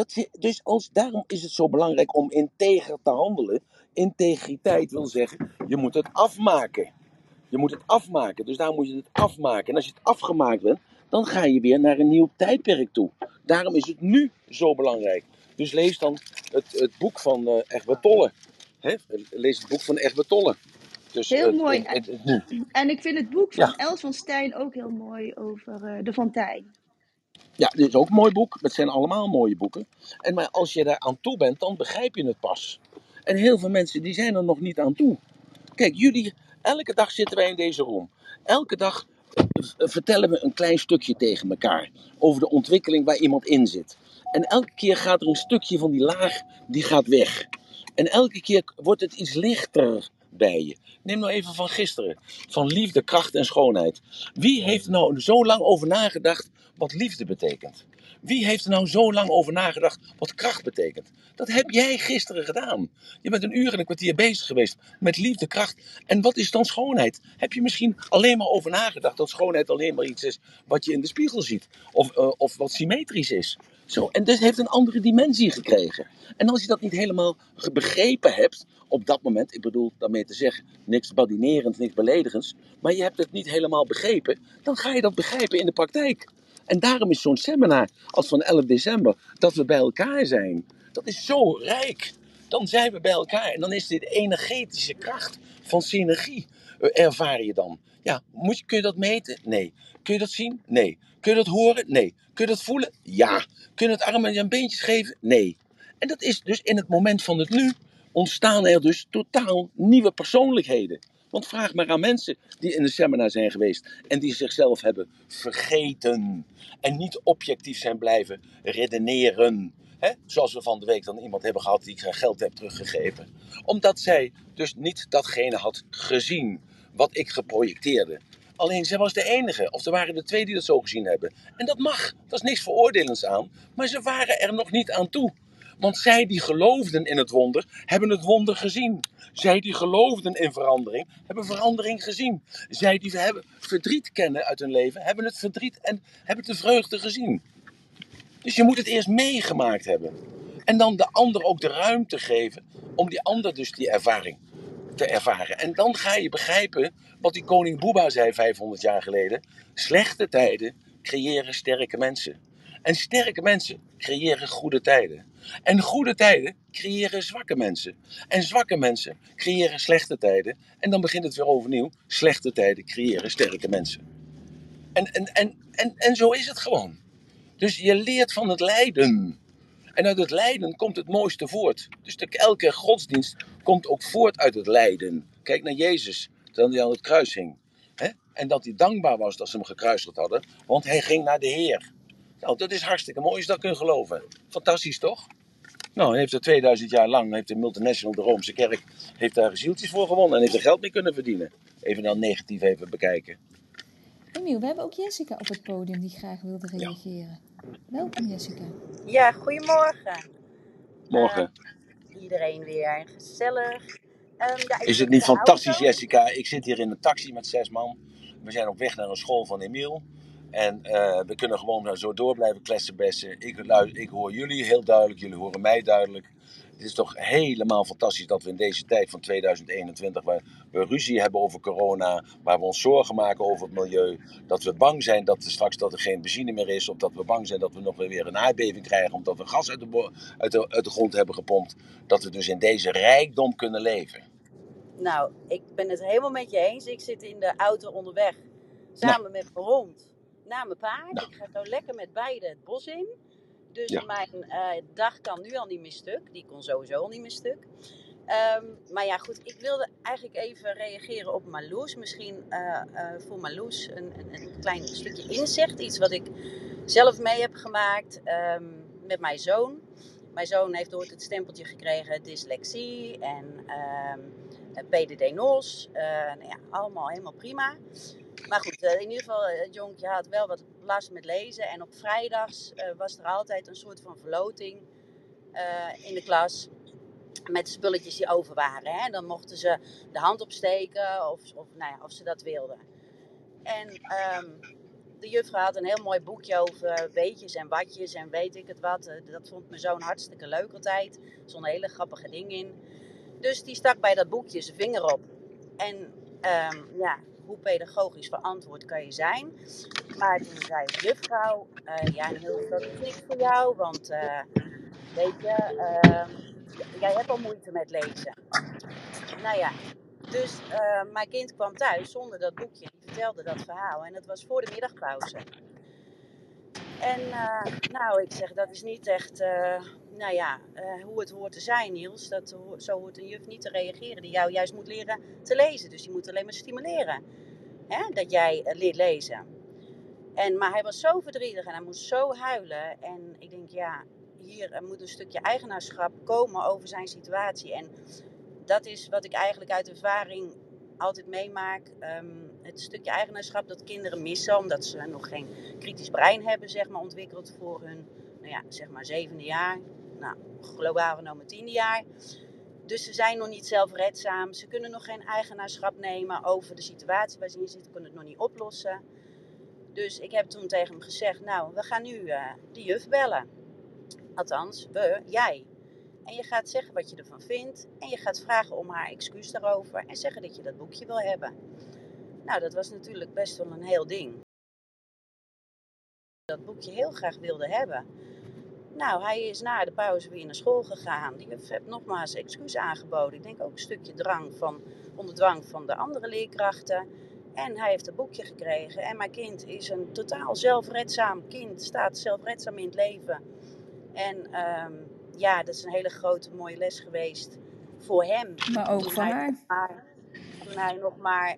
Daarom is het zo belangrijk om integer te handelen. Integriteit wil zeggen, je moet het afmaken. Je moet het afmaken, dus daar moet je het afmaken. En als je het afgemaakt bent, dan ga je weer naar een nieuw tijdperk toe. Daarom is het nu zo belangrijk. Dus lees dan het boek van Egbert Tolle. Lees het boek van Egbert Tolle. Dus, Heel mooi. nu. En ik vind het boek van Ja. Els van Stijn ook heel mooi over de fontein. Ja, dit is ook een mooi boek. Het zijn allemaal mooie boeken. Maar als je daar aan toe bent, dan begrijp je het pas. En heel veel mensen die zijn er nog niet aan toe. Kijk, elke dag zitten wij in deze room. Elke dag vertellen we een klein stukje tegen elkaar. Over de ontwikkeling waar iemand in zit. En elke keer gaat er een stukje van die laag, die gaat weg. En elke keer wordt het iets lichter bij je. Neem nou even van gisteren. Van liefde, kracht en schoonheid. Wie heeft er nou zo lang over nagedacht wat liefde betekent? Wie heeft er nou zo lang over nagedacht wat kracht betekent? Dat heb jij gisteren gedaan. Je bent een uur en een kwartier bezig geweest met liefde, kracht. En wat is dan schoonheid? Heb je misschien alleen maar over nagedacht dat schoonheid alleen maar iets is wat je in de spiegel ziet? Of wat symmetrisch is? Zo, en dus heeft een andere dimensie gekregen. En als je dat niet helemaal begrepen hebt op dat moment, ik bedoel daarmee te zeggen, niks badinerends, niks beledigends, maar je hebt het niet helemaal begrepen, dan ga je dat begrijpen in de praktijk. En daarom is zo'n seminar als van 11 december, dat we bij elkaar zijn, dat is zo rijk. Dan zijn we bij elkaar en dan is dit energetische kracht van synergie, ervaar je dan. Ja, kun je dat meten? Nee. Kun je dat zien? Nee. Kun je dat horen? Nee. Kun je dat voelen? Ja. Kun je het armen en beentjes geven? Nee. En dat is dus in het moment van het nu ontstaan er dus totaal nieuwe persoonlijkheden. Want vraag maar aan mensen die in een seminar zijn geweest en die zichzelf hebben vergeten en niet objectief zijn blijven redeneren. Zoals we van de week dan iemand hebben gehad die geld heeft teruggegeven. Omdat zij dus niet datgene had gezien wat ik geprojecteerde. Alleen zij was de enige, of er waren er 2 die dat zo gezien hebben. En dat mag, dat is niks veroordelends aan, maar ze waren er nog niet aan toe. Want zij die geloofden in het wonder, hebben het wonder gezien. Zij die geloofden in verandering, hebben verandering gezien. Zij die verdriet kennen uit hun leven, hebben het verdriet en hebben de vreugde gezien. Dus je moet het eerst meegemaakt hebben. En dan de ander ook de ruimte geven om die ander dus die ervaring te ervaren. En dan ga je begrijpen wat die koning Boeddha zei 500 jaar geleden. Slechte tijden creëren sterke mensen. En sterke mensen creëren goede tijden. En goede tijden creëren zwakke mensen. En zwakke mensen creëren slechte tijden. En dan begint het weer overnieuw. Slechte tijden creëren sterke mensen. En zo is het gewoon. Dus je leert van het lijden. En uit het lijden komt het mooiste voort. Dus elke godsdienst komt ook voort uit het lijden. Kijk naar Jezus, terwijl hij aan het kruis hing. En dat hij dankbaar was dat ze hem gekruisigd hadden, want hij ging naar de Heer. Nou, dat is hartstikke mooi als je dat kunt geloven. Fantastisch toch? Nou, hij heeft er 2000 jaar lang, heeft de Multinational, de Roomse Kerk, heeft daar zieltjes voor gewonnen en heeft er geld mee kunnen verdienen. Even dan negatief even bekijken. Emiel, we hebben ook Jessica op het podium die graag wilde reageren. Welkom Jessica. Ja, goedemorgen. Morgen. Iedereen weer gezellig. Is het niet fantastisch, Jessica? Ik zit hier in een taxi met 6 man. We zijn op weg naar een school van Emiel. En we kunnen gewoon zo door blijven klessenbessen. Ik hoor jullie heel duidelijk, jullie horen mij duidelijk. Het is toch helemaal fantastisch dat we in deze tijd van 2021, waar we ruzie hebben over corona, waar we ons zorgen maken over het milieu, dat we bang zijn dat er geen benzine meer is, of dat we bang zijn dat we nog weer een aardbeving krijgen, omdat we gas uit de grond hebben gepompt, dat we dus in deze rijkdom kunnen leven. Nou, ik ben het helemaal met je eens. Ik zit in de auto onderweg, samen met mijn hond, naar mijn paard. Ik ga zo lekker met beiden het bos in. Dus mijn dag kan nu al niet meer stuk. Die kon sowieso al niet meer stuk. Maar ja, goed. Ik wilde eigenlijk even reageren op Marloes. Misschien voor Marloes een klein stukje inzicht. Iets wat ik zelf mee heb gemaakt met mijn zoon. Mijn zoon heeft ooit het stempeltje gekregen dyslexie en PDD-NOS. Nou ja, allemaal helemaal prima. Maar goed, in ieder geval, het jongetje had wel wat last met lezen. En op vrijdags was er altijd een soort van verloting in de klas. Met spulletjes die over waren. Hè. Dan mochten ze de hand opsteken of ze dat wilden. En de juffrouw had een heel mooi boekje over weetjes en watjes en weet ik het wat. Dat vond mijn zoon hartstikke leuk altijd. Er stonden hele grappige dingen in. Dus die stak bij dat boekje zijn vinger op. En hoe pedagogisch verantwoord kan je zijn? Maar toen zei de juffrouw, Niels, dat is niks voor jou, want weet je, jij hebt al moeite met lezen. Nou ja, dus mijn kind kwam thuis zonder dat boekje. Die vertelde dat verhaal en dat was voor de middagpauze. En ik zeg, dat is niet echt hoe het hoort te zijn, Niels. Zo hoort een juf niet te reageren. Die jou juist moet leren te lezen. Dus die moet alleen maar stimuleren. Hè, dat jij leert lezen. Maar hij was zo verdrietig en hij moest zo huilen. En ik denk, hier moet een stukje eigenaarschap komen over zijn situatie. En dat is wat ik eigenlijk uit ervaring altijd meemaak. Het stukje eigenaarschap dat kinderen missen, omdat ze nog geen kritisch brein hebben, zeg maar, ontwikkeld voor hun, zeg maar 7e jaar. Nou, globaal genomen 10e jaar. Dus ze zijn nog niet zelfredzaam. Ze kunnen nog geen eigenaarschap nemen over de situatie waar ze in zitten, kunnen het nog niet oplossen. Dus ik heb toen tegen hem gezegd, we gaan nu die juf bellen. Althans, jij. En je gaat zeggen wat je ervan vindt. En je gaat vragen om haar excuus daarover. En zeggen dat je dat boekje wil hebben. Nou, dat was natuurlijk best wel een heel ding. Dat boekje heel graag wilde hebben. Nou, hij is na de pauze weer naar school gegaan. Die heeft nogmaals excuus aangeboden. Ik denk ook een stukje onder dwang van de andere leerkrachten. En hij heeft een boekje gekregen. En mijn kind is een totaal zelfredzaam kind. Staat zelfredzaam in het leven. En dat is een hele grote mooie les geweest voor hem. Maar ook voor haar. Toen hij nog maar,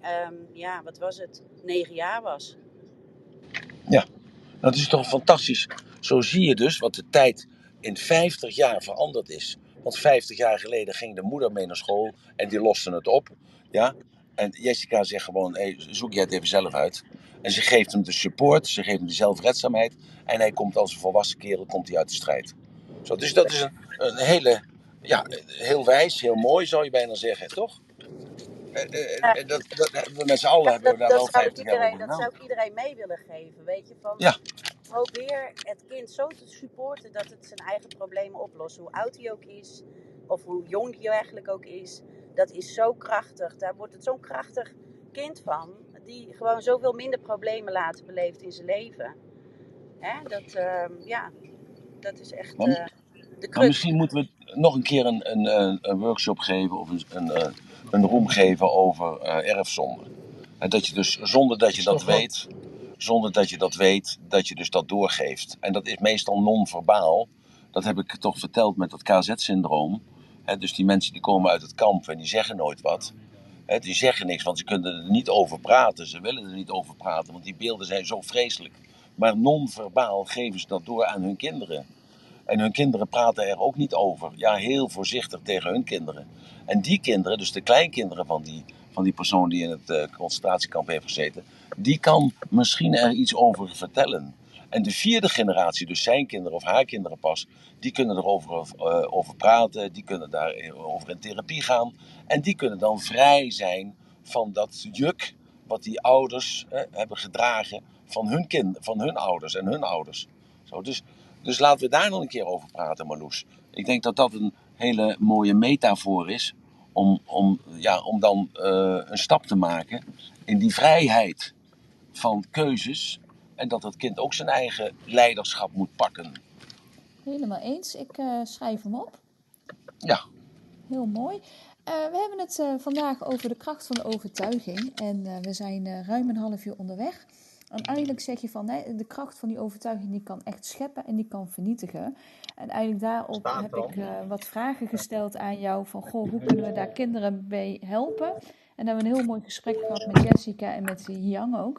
9 jaar was. Ja, dat is toch fantastisch. Zo zie je dus wat de tijd in 50 jaar veranderd is. Want 50 jaar geleden ging de moeder mee naar school en die loste het op. Ja? En Jessica zegt gewoon, zoek jij het even zelf uit. En ze geeft hem de support, ze geeft hem de zelfredzaamheid. En hij komt als een volwassen kerel uit de strijd. Zo, dus dat is een hele, heel wijs, heel mooi zou je bijna zeggen, toch? We met z'n allen hebben we daar wel 50 jaar over gedaan. Dat zou ik iedereen mee willen geven, weet je. Probeer het kind zo te supporten dat het zijn eigen problemen oplost. Hoe oud hij ook is, of hoe jong hij eigenlijk ook is. Dat is zo krachtig. Daar wordt het zo'n krachtig kind van. Die gewoon zoveel minder problemen later beleeft in zijn leven. Dat is echt de crux. Maar misschien moeten we nog een keer een workshop geven of een room geven over erfzonde. En dat je dus zonder dat je dat weet, dat je dus dat doorgeeft. En dat is meestal non-verbaal. Dat heb ik toch verteld met dat KZ-syndroom. Dus die mensen die komen uit het kamp en die zeggen nooit wat. Die zeggen niks, want ze kunnen er niet over praten. Ze willen er niet over praten, want die beelden zijn zo vreselijk. Maar non-verbaal geven ze dat door aan hun kinderen. En hun kinderen praten er ook niet over. Ja, heel voorzichtig tegen hun kinderen. En die kinderen, dus de kleinkinderen van die persoon die in het concentratiekamp heeft gezeten, die kan misschien er iets over vertellen. En de 4e generatie, dus zijn kinderen of haar kinderen pas, die kunnen erover over praten, die kunnen daarover in therapie gaan. En die kunnen dan vrij zijn van dat juk wat die ouders hebben gedragen van hun ouders en hun ouders. Zo, dus laten we daar nog een keer over praten, Marloes. Ik denk dat dat een hele mooie metafoor is om dan een stap te maken in die vrijheid van keuzes. En dat het kind ook zijn eigen leiderschap moet pakken. Helemaal eens. Ik schrijf hem op. Ja. Heel mooi. We hebben het vandaag over de kracht van de overtuiging. En we zijn ruim een half uur onderweg. En eigenlijk zeg je van de kracht van die overtuiging die kan echt scheppen en die kan vernietigen. En eigenlijk daarop heb ik wat vragen gesteld aan jou van hoe kunnen we daar kinderen bij helpen? En daar hebben we een heel mooi gesprek gehad met Jessica en met Yang ook.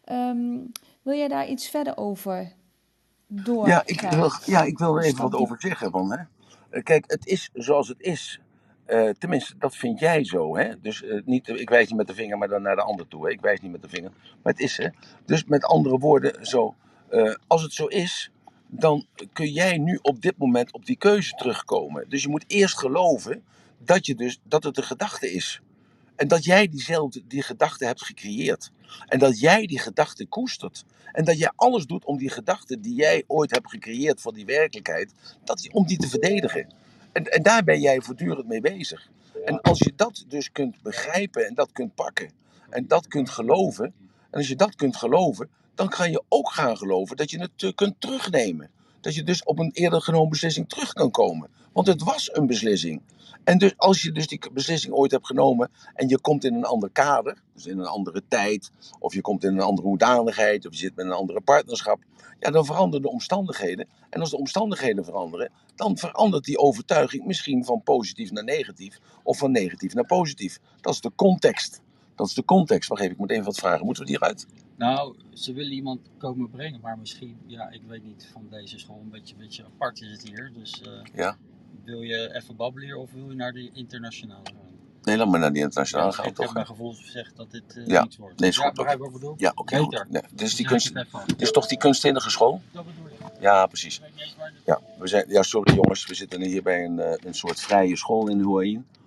Wil jij daar iets verder over doorgaan? Ik wil er even wat over zeggen. Kijk, het is zoals het is. Tenminste, dat vind jij zo. Hè? Dus ik wijs niet met de vinger, maar dan naar de ander toe. Hè? Ik wijs niet met de vinger, maar het is. Hè? Dus met andere woorden, als het zo is, dan kun jij nu op dit moment op die keuze terugkomen. Dus je moet eerst geloven dat het een gedachte is. En dat jij die gedachte hebt gecreëerd. En dat jij die gedachte koestert. En dat jij alles doet om die gedachte die jij ooit hebt gecreëerd voor die werkelijkheid, om die te verdedigen. En daar ben jij voortdurend mee bezig. En als je dat dus kunt begrijpen en dat kunt pakken en dat kunt geloven. En als je dat kunt geloven, dan kan je ook gaan geloven dat je het kunt terugnemen. Dat je dus op een eerder genomen beslissing terug kan komen. Want het was een beslissing. En dus als je dus die beslissing ooit hebt genomen en je komt in een ander kader, dus in een andere tijd, of je komt in een andere hoedanigheid, of je zit met een andere partnerschap, ja, dan veranderen de omstandigheden. En als de omstandigheden veranderen, dan verandert die overtuiging misschien van positief naar negatief, of van negatief naar positief. Dat is de context. Wacht even, ik moet even wat vragen. Moeten we die eruit? Nou, ze willen iemand komen brengen, maar misschien, ik weet niet, van deze school een beetje apart is het hier. Dus wil je even babbelen hier of wil je naar de internationale gaan? Nee, laat maar naar die internationale gaan. Ik heb mijn gevoel gezegd dat dit niets wordt. Nee, is goed. Begrijp wat ik bedoel? Ja, oké. Beter. Nee, dit is toch die kunstzinnige school? Dat bedoel je. Ja, precies. Ja, sorry jongens, we zitten hier bij een soort vrije school in Hue Ain.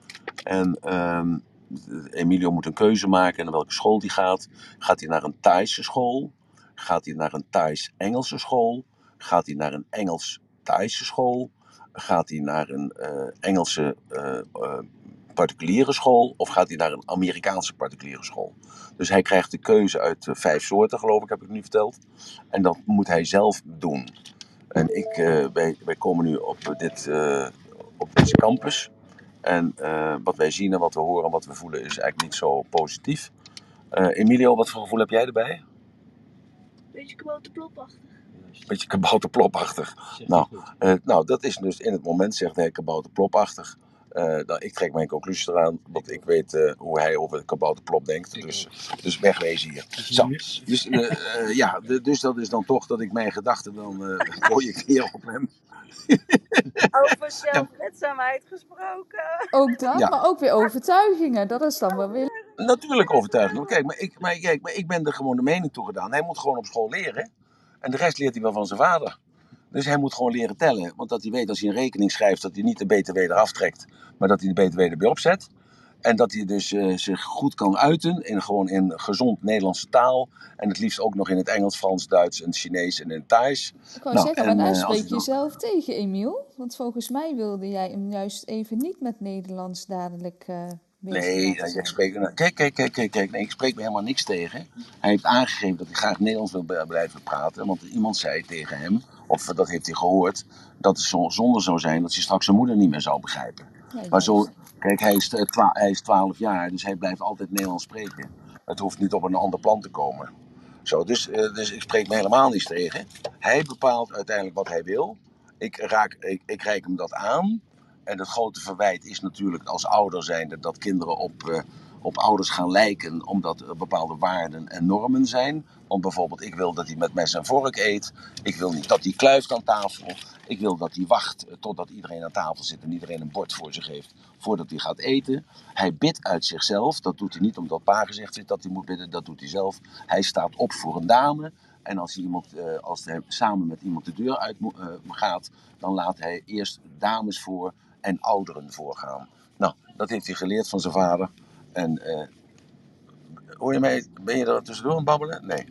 En Emilio moet een keuze maken naar welke school die gaat. Gaat hij naar een Thaise school? Gaat hij naar een Thais-Engelse school? Gaat hij naar een Thaise school? Gaat hij naar een Engelse particuliere school? Of gaat hij naar een Amerikaanse particuliere school? Dus hij krijgt de keuze uit 5 soorten, geloof ik, heb ik nu verteld. En dat moet hij zelf doen. En wij komen nu op deze campus. En wat wij zien en wat we horen en wat we voelen is eigenlijk niet zo positief. Emilio, wat voor gevoel heb jij erbij? Beetje kabouterplopachtig. Beetje kabouterplopachtig. Nou, dat is dus in het moment, zegt hij, kabouterplopachtig. Ik trek mijn conclusies eraan, want ik weet hoe hij over het kabouterplop denkt. Dus wegwezen hier. Zo. Dus dat is dan toch dat ik mijn gedachten dan projecteer op hem. Over zelfredzaamheid gesproken. Ook dat, Ja. maar ook weer overtuigingen. Dat is dan wel weer... Natuurlijk overtuiging. Kijk, maar ik ben er gewoon de mening toe gedaan. Hij moet gewoon op school leren. En de rest leert hij wel van zijn vader. Dus hij moet gewoon leren tellen. Want dat hij weet als hij een rekening schrijft dat hij niet de BTW eraf trekt. Maar dat hij de BTW erbij opzet. En dat hij dus zich goed kan uiten. Gewoon in gezond Nederlandse taal. En het liefst ook nog in het Engels, Frans, Duits en Chinees en in het Thais. Ik wou zeggen, maar daar spreek je dan... zelf tegen, Emiel. Want volgens mij wilde jij hem juist even niet met Nederlands dadelijk Nee, ik spreek... Kijk, nee, ik spreek me helemaal niks tegen. Hij heeft aangegeven dat hij graag Nederlands wil blijven praten. Want iemand zei tegen hem, of dat heeft hij gehoord, dat het zonde zou zijn dat hij straks zijn moeder niet meer zou begrijpen. Ja, maar zo, kijk, hij is 12 jaar, dus hij blijft altijd Nederlands spreken. Het hoeft niet op een ander plan te komen. Zo, dus ik spreek me helemaal niets tegen. Hij bepaalt uiteindelijk wat hij wil. Ik reik hem dat aan. En het grote verwijt is natuurlijk als ouder zijnde dat kinderen op ouders gaan lijken omdat er bepaalde waarden en normen zijn. Want bijvoorbeeld ik wil dat hij met mes en vork eet. Ik wil niet dat hij kluift aan tafel. Ik wil dat hij wacht totdat iedereen aan tafel zit en iedereen een bord voor zich heeft voordat hij gaat eten. Hij bidt uit zichzelf. Dat doet hij niet omdat pa gezegd heeft dat hij moet bidden. Dat doet hij zelf. Hij staat op voor een dame. En als hij samen met iemand de deur uit gaat, dan laat hij eerst dames voor en ouderen voorgaan. Nou, dat heeft hij geleerd van zijn vader. En hoor je mij? Ben je er tussendoor aan het babbelen? Nee.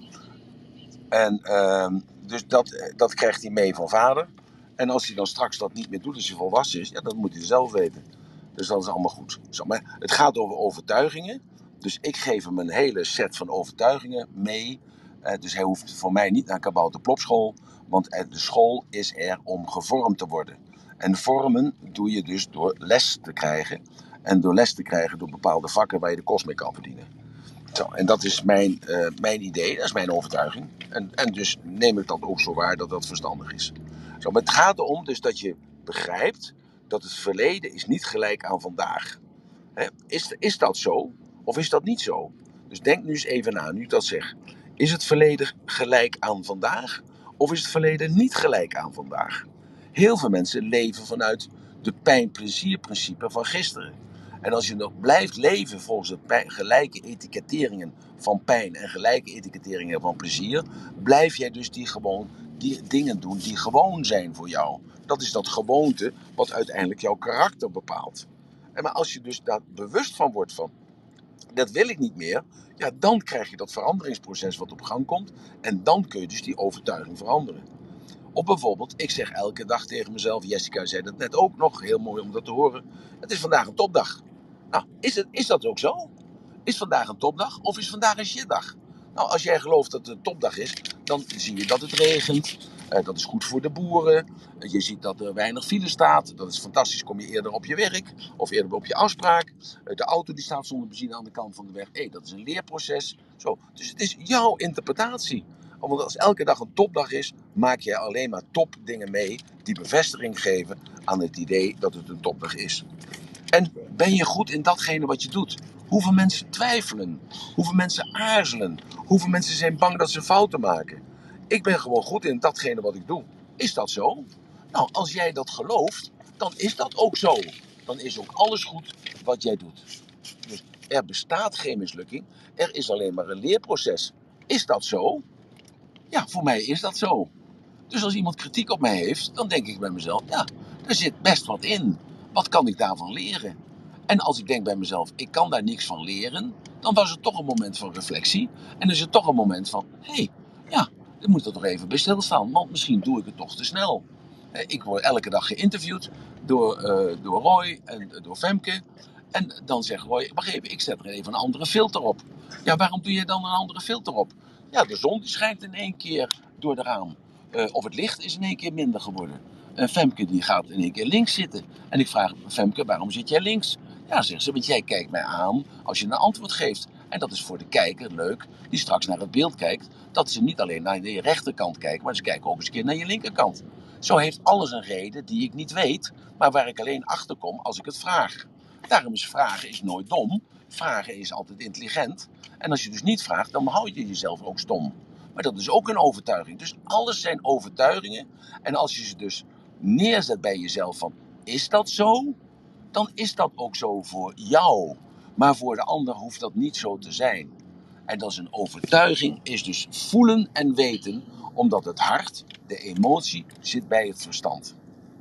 En dus dat krijgt hij mee van vader. En als hij dan straks dat niet meer doet als hij volwassen is, ja, dan moet hij zelf weten. Dus dat is allemaal goed. Zo, maar het gaat over overtuigingen. Dus ik geef hem een hele set van overtuigingen mee. Dus hij hoeft voor mij niet naar kabouterplopschool. Want de school is er om gevormd te worden. En vormen doe je dus door les te krijgen. En door les te krijgen door bepaalde vakken waar je de kost mee kan verdienen. Zo, en dat is mijn idee, dat is mijn overtuiging. En dus neem ik dat ook zo waar dat dat verstandig is. Zo, maar het gaat erom dus dat je begrijpt dat het verleden is niet gelijk aan vandaag. Is dat zo of is dat niet zo? Dus denk nu eens even na, nu ik dat zeg. Is het verleden gelijk aan vandaag of is het verleden niet gelijk aan vandaag? Heel veel mensen leven vanuit de pijn-plezier-principe van gisteren. En als je nog blijft leven volgens de gelijke etiketteringen van pijn en gelijke etiketteringen van plezier, blijf jij dus die dingen doen die gewoon zijn voor jou. Dat is dat gewoonte wat uiteindelijk jouw karakter bepaalt. Maar als je dus daar bewust van wordt van, dat wil ik niet meer, ja, dan krijg je dat veranderingsproces wat op gang komt en dan kun je dus die overtuiging veranderen. Of bijvoorbeeld, ik zeg elke dag tegen mezelf, Jessica zei dat net ook nog, heel mooi om dat te horen, het is vandaag een topdag. Nou, is dat ook zo? Is vandaag een topdag of is vandaag een shitdag? Nou, als jij gelooft dat het een topdag is, dan zie je dat het regent. Dat is goed voor de boeren. Je ziet dat er weinig file staat. Dat is fantastisch, kom je eerder op je werk of eerder op je afspraak. De auto die staat zonder benzine aan de kant van de weg. Dat is een leerproces. Zo. Dus het is jouw interpretatie. Want als elke dag een topdag is, maak jij alleen maar topdingen mee die bevestiging geven aan het idee dat het een topdag is. En ben je goed in datgene wat je doet? Hoeveel mensen twijfelen? Hoeveel mensen aarzelen? Hoeveel mensen zijn bang dat ze fouten maken? Ik ben gewoon goed in datgene wat ik doe. Is dat zo? Nou, als jij dat gelooft, dan is dat ook zo. Dan is ook alles goed wat jij doet. Dus er bestaat geen mislukking. Er is alleen maar een leerproces. Is dat zo? Ja, voor mij is dat zo. Dus als iemand kritiek op mij heeft, dan denk ik bij mezelf, ja, er zit best wat in. Wat kan ik daarvan leren? En als ik denk bij mezelf, ik kan daar niks van leren, dan was het toch een moment van reflectie. En is het toch een moment van, ja, ik moet er toch even bij stilstaan, want misschien doe ik het toch te snel. Ik word elke dag geïnterviewd door Roy en door Femke. En dan zegt Roy, wacht even, ik zet er even een andere filter op. Ja, waarom doe je dan een andere filter op? Ja, de zon die schijnt in één keer door de raam. Of het licht is in één keer minder geworden. Femke die gaat in één keer links zitten. En ik vraag Femke, waarom zit jij links? Ja, zegt ze, want jij kijkt mij aan als je een antwoord geeft. En dat is voor de kijker leuk, die straks naar het beeld kijkt, dat ze niet alleen naar je rechterkant kijken, maar ze kijken ook eens een keer naar je linkerkant. Zo heeft alles een reden die ik niet weet, maar waar ik alleen achter kom als ik het vraag. Daarom is vragen is nooit dom. Vragen is altijd intelligent. En als je dus niet vraagt, dan houd je jezelf ook stom. Maar dat is ook een overtuiging. Dus alles zijn overtuigingen. En als je ze dus neerzet bij jezelf van, is dat zo? Dan is dat ook zo voor jou. Maar voor de ander hoeft dat niet zo te zijn. En dat is een overtuiging, is dus voelen en weten, omdat het hart, de emotie, zit bij het verstand.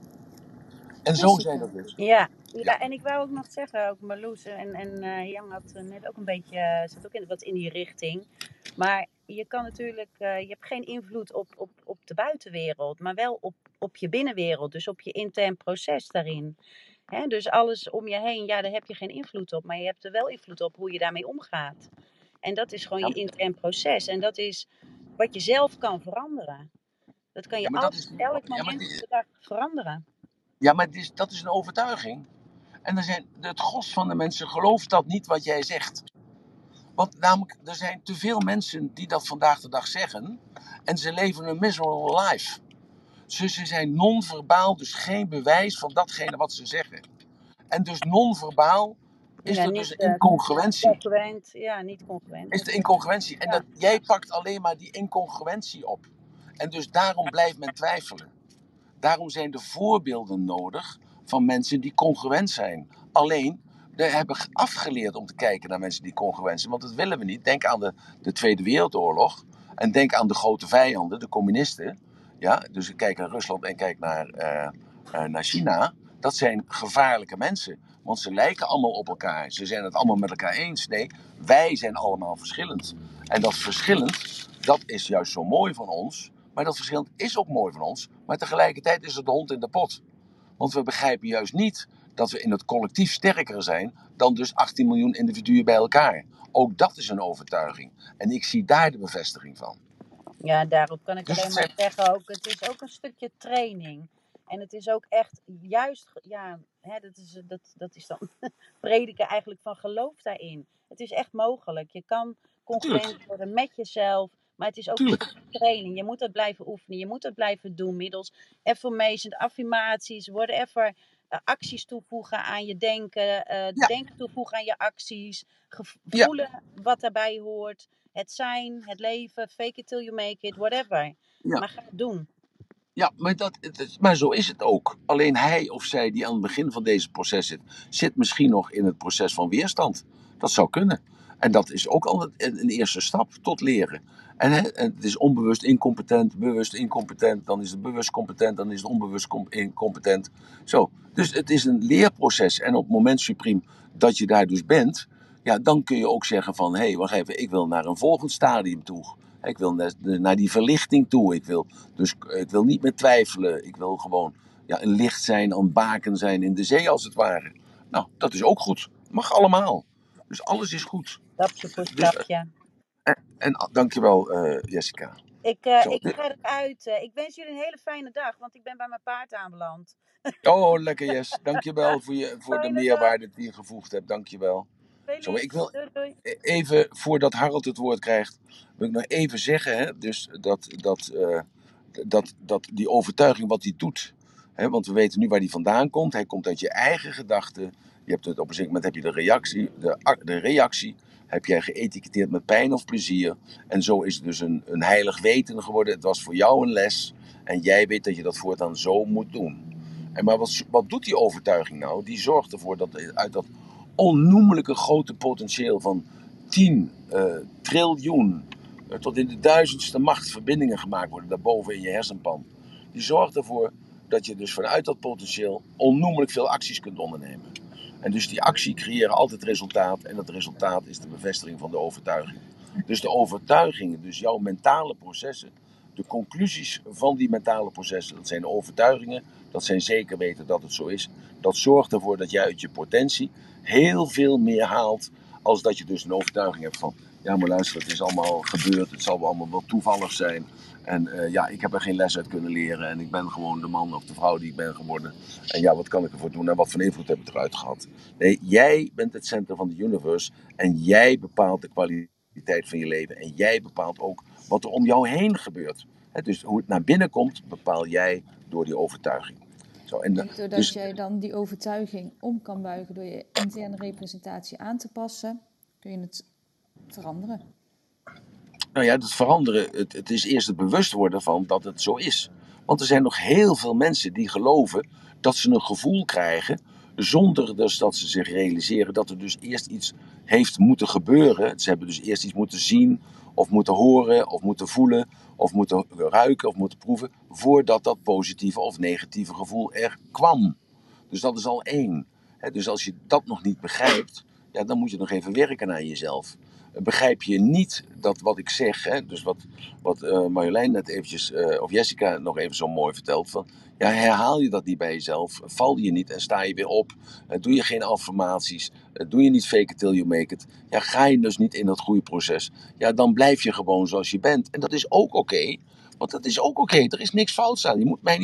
En zo zijn dat dus. Ja, Ja. en ik wou ook nog zeggen, ook Marloes en Jan had net ook een beetje, zat ook wat in die richting. Maar je kan natuurlijk, je hebt geen invloed op de buitenwereld, maar wel op je binnenwereld. Dus op je intern proces daarin. Hè? Dus alles om je heen, ja, daar heb je geen invloed op. Maar je hebt er wel invloed op hoe je daarmee omgaat. En dat is gewoon je intern proces. En dat is wat je zelf kan veranderen. Dat kan je Ja, maar dat is, elk moment van de dag veranderen. ja, maar dat is een overtuiging. En het gros van de mensen gelooft dat niet wat jij zegt. Want namelijk, er zijn te veel mensen die dat vandaag de dag zeggen. En ze leven een miserable life. Ze zijn non-verbaal, dus geen bewijs van datgene wat ze zeggen. En dus non-verbaal is er dus een incongruentie. Niet congruent. Is de incongruentie. En jij pakt alleen maar die incongruentie op. En dus daarom blijft men twijfelen. Daarom zijn er voorbeelden nodig van mensen die congruent zijn. Alleen, we hebben afgeleerd om te kijken naar mensen die congruent zijn. Want dat willen we niet. Denk aan de Tweede Wereldoorlog. En denk aan de grote vijanden, de communisten. Ja, dus kijk naar Rusland en kijk naar China. Dat zijn gevaarlijke mensen. Want ze lijken allemaal op elkaar. Ze zijn het allemaal met elkaar eens. Nee, wij zijn allemaal verschillend. En dat verschillend, dat is juist zo mooi van ons. Maar dat verschillend is ook mooi van ons. Maar tegelijkertijd is het de hond in de pot. Want we begrijpen juist niet dat we in het collectief sterker zijn dan dus 18 miljoen individuen bij elkaar. Ook dat is een overtuiging. En ik zie daar de bevestiging van. Ja, daarop kan ik Dus alleen maar zeggen ook, het is ook een stukje training. En het is ook echt juist, ja, hè, dat is dan prediken eigenlijk van geloof daarin. Het is echt mogelijk. Je kan congruent worden met jezelf, maar het is ook een stukje training. Je moet het blijven oefenen, je moet het blijven doen middels affirmations, affirmaties, whatever. Acties toevoegen aan je denken, denken toevoegen aan je acties, voelen wat daarbij hoort. Het zijn, het leven, fake it till you make it, whatever. Ja. Maar ga het doen. Ja, maar zo is het ook. Alleen hij of zij die aan het begin van deze proces zit misschien nog in het proces van weerstand. Dat zou kunnen. En dat is ook al een eerste stap tot leren. En het is onbewust incompetent, bewust incompetent, dan is het bewust competent, dan is het onbewust incompetent. Zo. Dus het is een leerproces. En op het moment supreme dat je daar dus bent, ja, dan kun je ook zeggen van, hé, wacht even, ik wil naar een volgend stadium toe. Ik wil naar die verlichting toe. Ik wil niet meer twijfelen. Ik wil gewoon een licht zijn, een baken zijn in de zee als het ware. Nou, dat is ook goed. Mag allemaal. Dus alles is goed. Stapje voor stapje. En dankjewel Jessica. Ik ga eruit. Ik wens jullie een hele fijne dag, want ik ben bij mijn paard aanbeland. Oh, lekker Jess. Dankjewel voor de meerwaarde die je gevoegd hebt. Dankjewel. Zo, ik wil even, voordat Harold het woord krijgt, wil ik nog even zeggen, hè, dus dat die overtuiging wat hij doet. Hè, want we weten nu waar die vandaan komt. Hij komt uit je eigen gedachten. Je hebt het op een zeker moment heb je de reactie heb jij geëtiketteerd met pijn of plezier. En zo is het dus een heilig weten geworden. Het was voor jou een les. En jij weet dat je dat voortaan zo moet doen. Maar wat doet die overtuiging nou? Die zorgt ervoor dat uit dat onnoemelijke grote potentieel van 10 triljoen tot in de 1000ste macht verbindingen gemaakt worden daarboven in je hersenpan. Die zorgt ervoor dat je dus vanuit dat potentieel onnoemelijk veel acties kunt ondernemen. En dus die actie creëren altijd resultaat en dat resultaat is de bevestiging van de overtuiging. Dus de overtuigingen, dus jouw mentale processen, de conclusies van die mentale processen, dat zijn de overtuigingen, dat zijn zeker weten dat het zo is. Dat zorgt ervoor dat jij uit je potentie heel veel meer haalt, als dat je dus een overtuiging hebt van, ja maar luister, het is allemaal gebeurd, het zal allemaal wel toevallig zijn. En ik heb er geen les uit kunnen leren en ik ben gewoon de man of de vrouw die ik ben geworden. En ja, wat kan ik ervoor doen en wat voor invloed heb ik eruit gehad? Nee, jij bent het centrum van de universe en jij bepaalt de kwaliteit van je leven. En jij bepaalt ook wat er om jou heen gebeurt. Dus hoe het naar binnen komt, bepaal jij door die overtuiging. Zo, en doordat jij dan die overtuiging om kan buigen door je interne representatie aan te passen, kun je het veranderen. Nou ja, het veranderen, het is eerst het bewust worden van dat het zo is. Want er zijn nog heel veel mensen die geloven dat ze een gevoel krijgen, zonder dus dat ze zich realiseren dat er dus eerst iets heeft moeten gebeuren. Ze hebben dus eerst iets moeten zien, of moeten horen, of moeten voelen, of moeten ruiken, of moeten proeven, voordat dat positieve of negatieve gevoel er kwam. Dus dat is al één. Dus als je dat nog niet begrijpt, ja, dan moet je nog even werken aan jezelf. Begrijp je niet dat wat ik zeg, dus wat Marjolein net eventjes, of Jessica nog even zo mooi vertelt, van, ja, herhaal je dat niet bij jezelf, val je niet en sta je weer op, doe je geen affirmaties, doe je niet fake it till you make it, ja, ga je dus niet in dat groeiproces, ja, dan blijf je gewoon zoals je bent. En dat is ook oké, want dat is ook oké, er is niks fouts aan.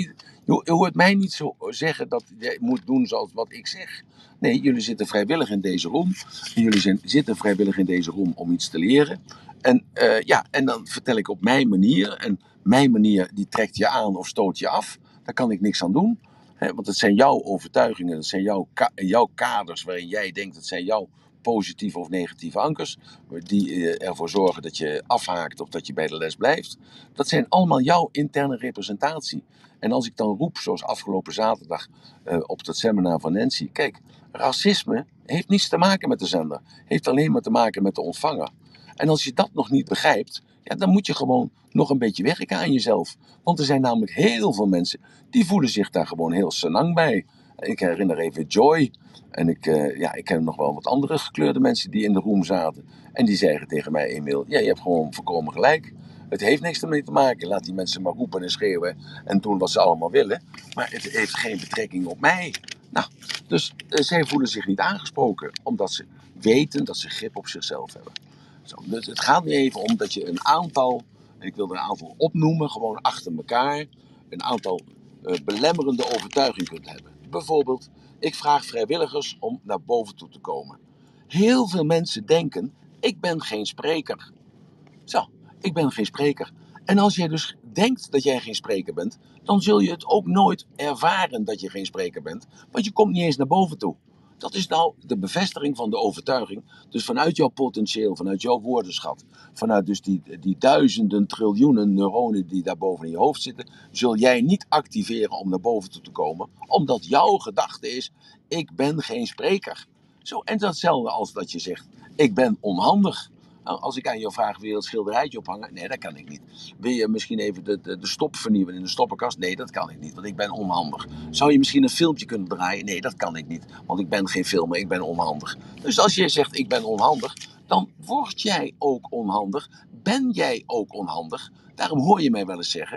Je hoort mij niet zo zeggen dat je moet doen zoals wat ik zeg. Nee, jullie zitten vrijwillig in deze room. Jullie zitten vrijwillig in deze room om iets te leren. En en dan vertel ik op mijn manier. En mijn manier die trekt je aan of stoot je af. Daar kan ik niks aan doen. Want het zijn jouw overtuigingen. Het zijn jouw kaders waarin jij denkt. Het zijn jouw positieve of negatieve ankers. Die ervoor zorgen dat je afhaakt of dat je bij de les blijft. Dat zijn allemaal jouw interne representatie. En als ik dan roep, zoals afgelopen zaterdag op dat seminar van Nancy. Kijk, racisme heeft niets te maken met de zender. Heeft alleen maar te maken met de ontvanger. En als je dat nog niet begrijpt, ja, dan moet je gewoon nog een beetje werken aan jezelf. Want er zijn namelijk heel veel mensen die voelen zich daar gewoon heel senang bij. Ik herinner even Joy. En ik ken nog wel wat andere gekleurde mensen die in de room zaten. En die zeiden tegen mij, Emiel, ja, je hebt gewoon volkomen gelijk. Het heeft niks ermee te maken. Laat die mensen maar roepen en schreeuwen en doen wat ze allemaal willen. Maar het heeft geen betrekking op mij. Nou, dus zij voelen zich niet aangesproken. Omdat ze weten dat ze grip op zichzelf hebben. Zo, dus het gaat nu even om dat je een aantal, en ik wil er een aantal opnoemen, gewoon achter elkaar, een aantal belemmerende overtuigingen kunt hebben. Bijvoorbeeld, ik vraag vrijwilligers om naar boven toe te komen. Heel veel mensen denken, ik ben geen spreker. Zo, ik ben geen spreker. En als jij dus denkt dat jij geen spreker bent, dan zul je het ook nooit ervaren dat je geen spreker bent, want je komt niet eens naar boven toe. Dat is nou de bevestiging van de overtuiging. Dus vanuit jouw potentieel, vanuit jouw woordenschat, vanuit dus die duizenden, triljoenen neuronen die daar boven in je hoofd zitten, zul jij niet activeren om naar boven toe te komen, omdat jouw gedachte is, ik ben geen spreker. Zo, en datzelfde als dat je zegt, ik ben onhandig. Nou, als ik aan jou vraag, wil je het schilderijtje ophangen? Nee, dat kan ik niet. Wil je misschien even de stop vernieuwen in de stoppenkast? Nee, dat kan ik niet, want ik ben onhandig. Zou je misschien een filmpje kunnen draaien? Nee, dat kan ik niet, want ik ben geen filmer, ik ben onhandig. Dus als je zegt, ik ben onhandig, dan word jij ook onhandig. Ben jij ook onhandig? Daarom hoor je mij wel eens zeggen,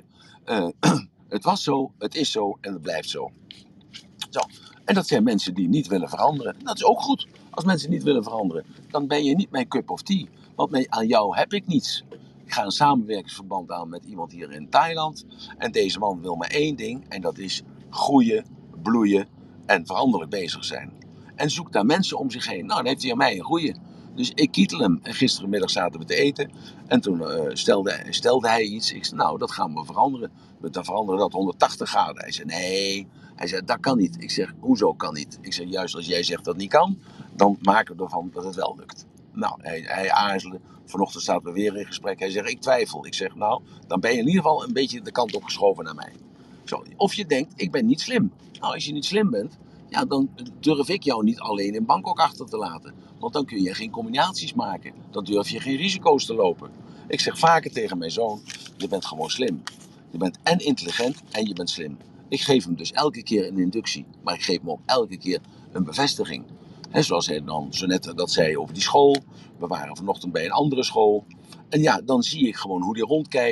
het was zo, het is zo en het blijft zo. Zo. En dat zijn mensen die niet willen veranderen. Dat is ook goed. Als mensen niet willen veranderen, dan ben je niet mijn cup of tea. Want aan jou heb ik niets. Ik ga een samenwerkingsverband aan met iemand hier in Thailand. En deze man wil maar één ding. En dat is groeien, bloeien en veranderlijk bezig zijn. En zoekt daar mensen om zich heen. Nou, dan heeft hij aan mij een goeie. Dus ik kietel hem. En gisterenmiddag zaten we te eten. En toen stelde hij iets. Ik zei, nou, dat gaan we veranderen. Dan veranderen dat 180 graden. Hij zei, nee. Hij zei, dat kan niet. Ik zeg, hoezo kan niet? Ik zeg, juist als jij zegt dat het niet kan, dan maken we ervan dat het wel lukt. Nou, hij aarzelde. Vanochtend zaten we weer in gesprek. Hij zegt, ik twijfel. Ik zeg, nou, dan ben je in ieder geval een beetje de kant op geschoven naar mij. Zo, of je denkt, ik ben niet slim. Nou, als je niet slim bent, ja, dan durf ik jou niet alleen in Bangkok achter te laten. Want dan kun je geen combinaties maken. Dan durf je geen risico's te lopen. Ik zeg vaker tegen mijn zoon, je bent gewoon slim. Je bent en intelligent en je bent slim. Ik geef hem dus elke keer een inductie. Maar ik geef hem ook elke keer een bevestiging. Zoals hij dan zo net dat zei over die school. We waren vanochtend bij een andere school. En ja, dan zie ik gewoon hoe hij rondkijkt.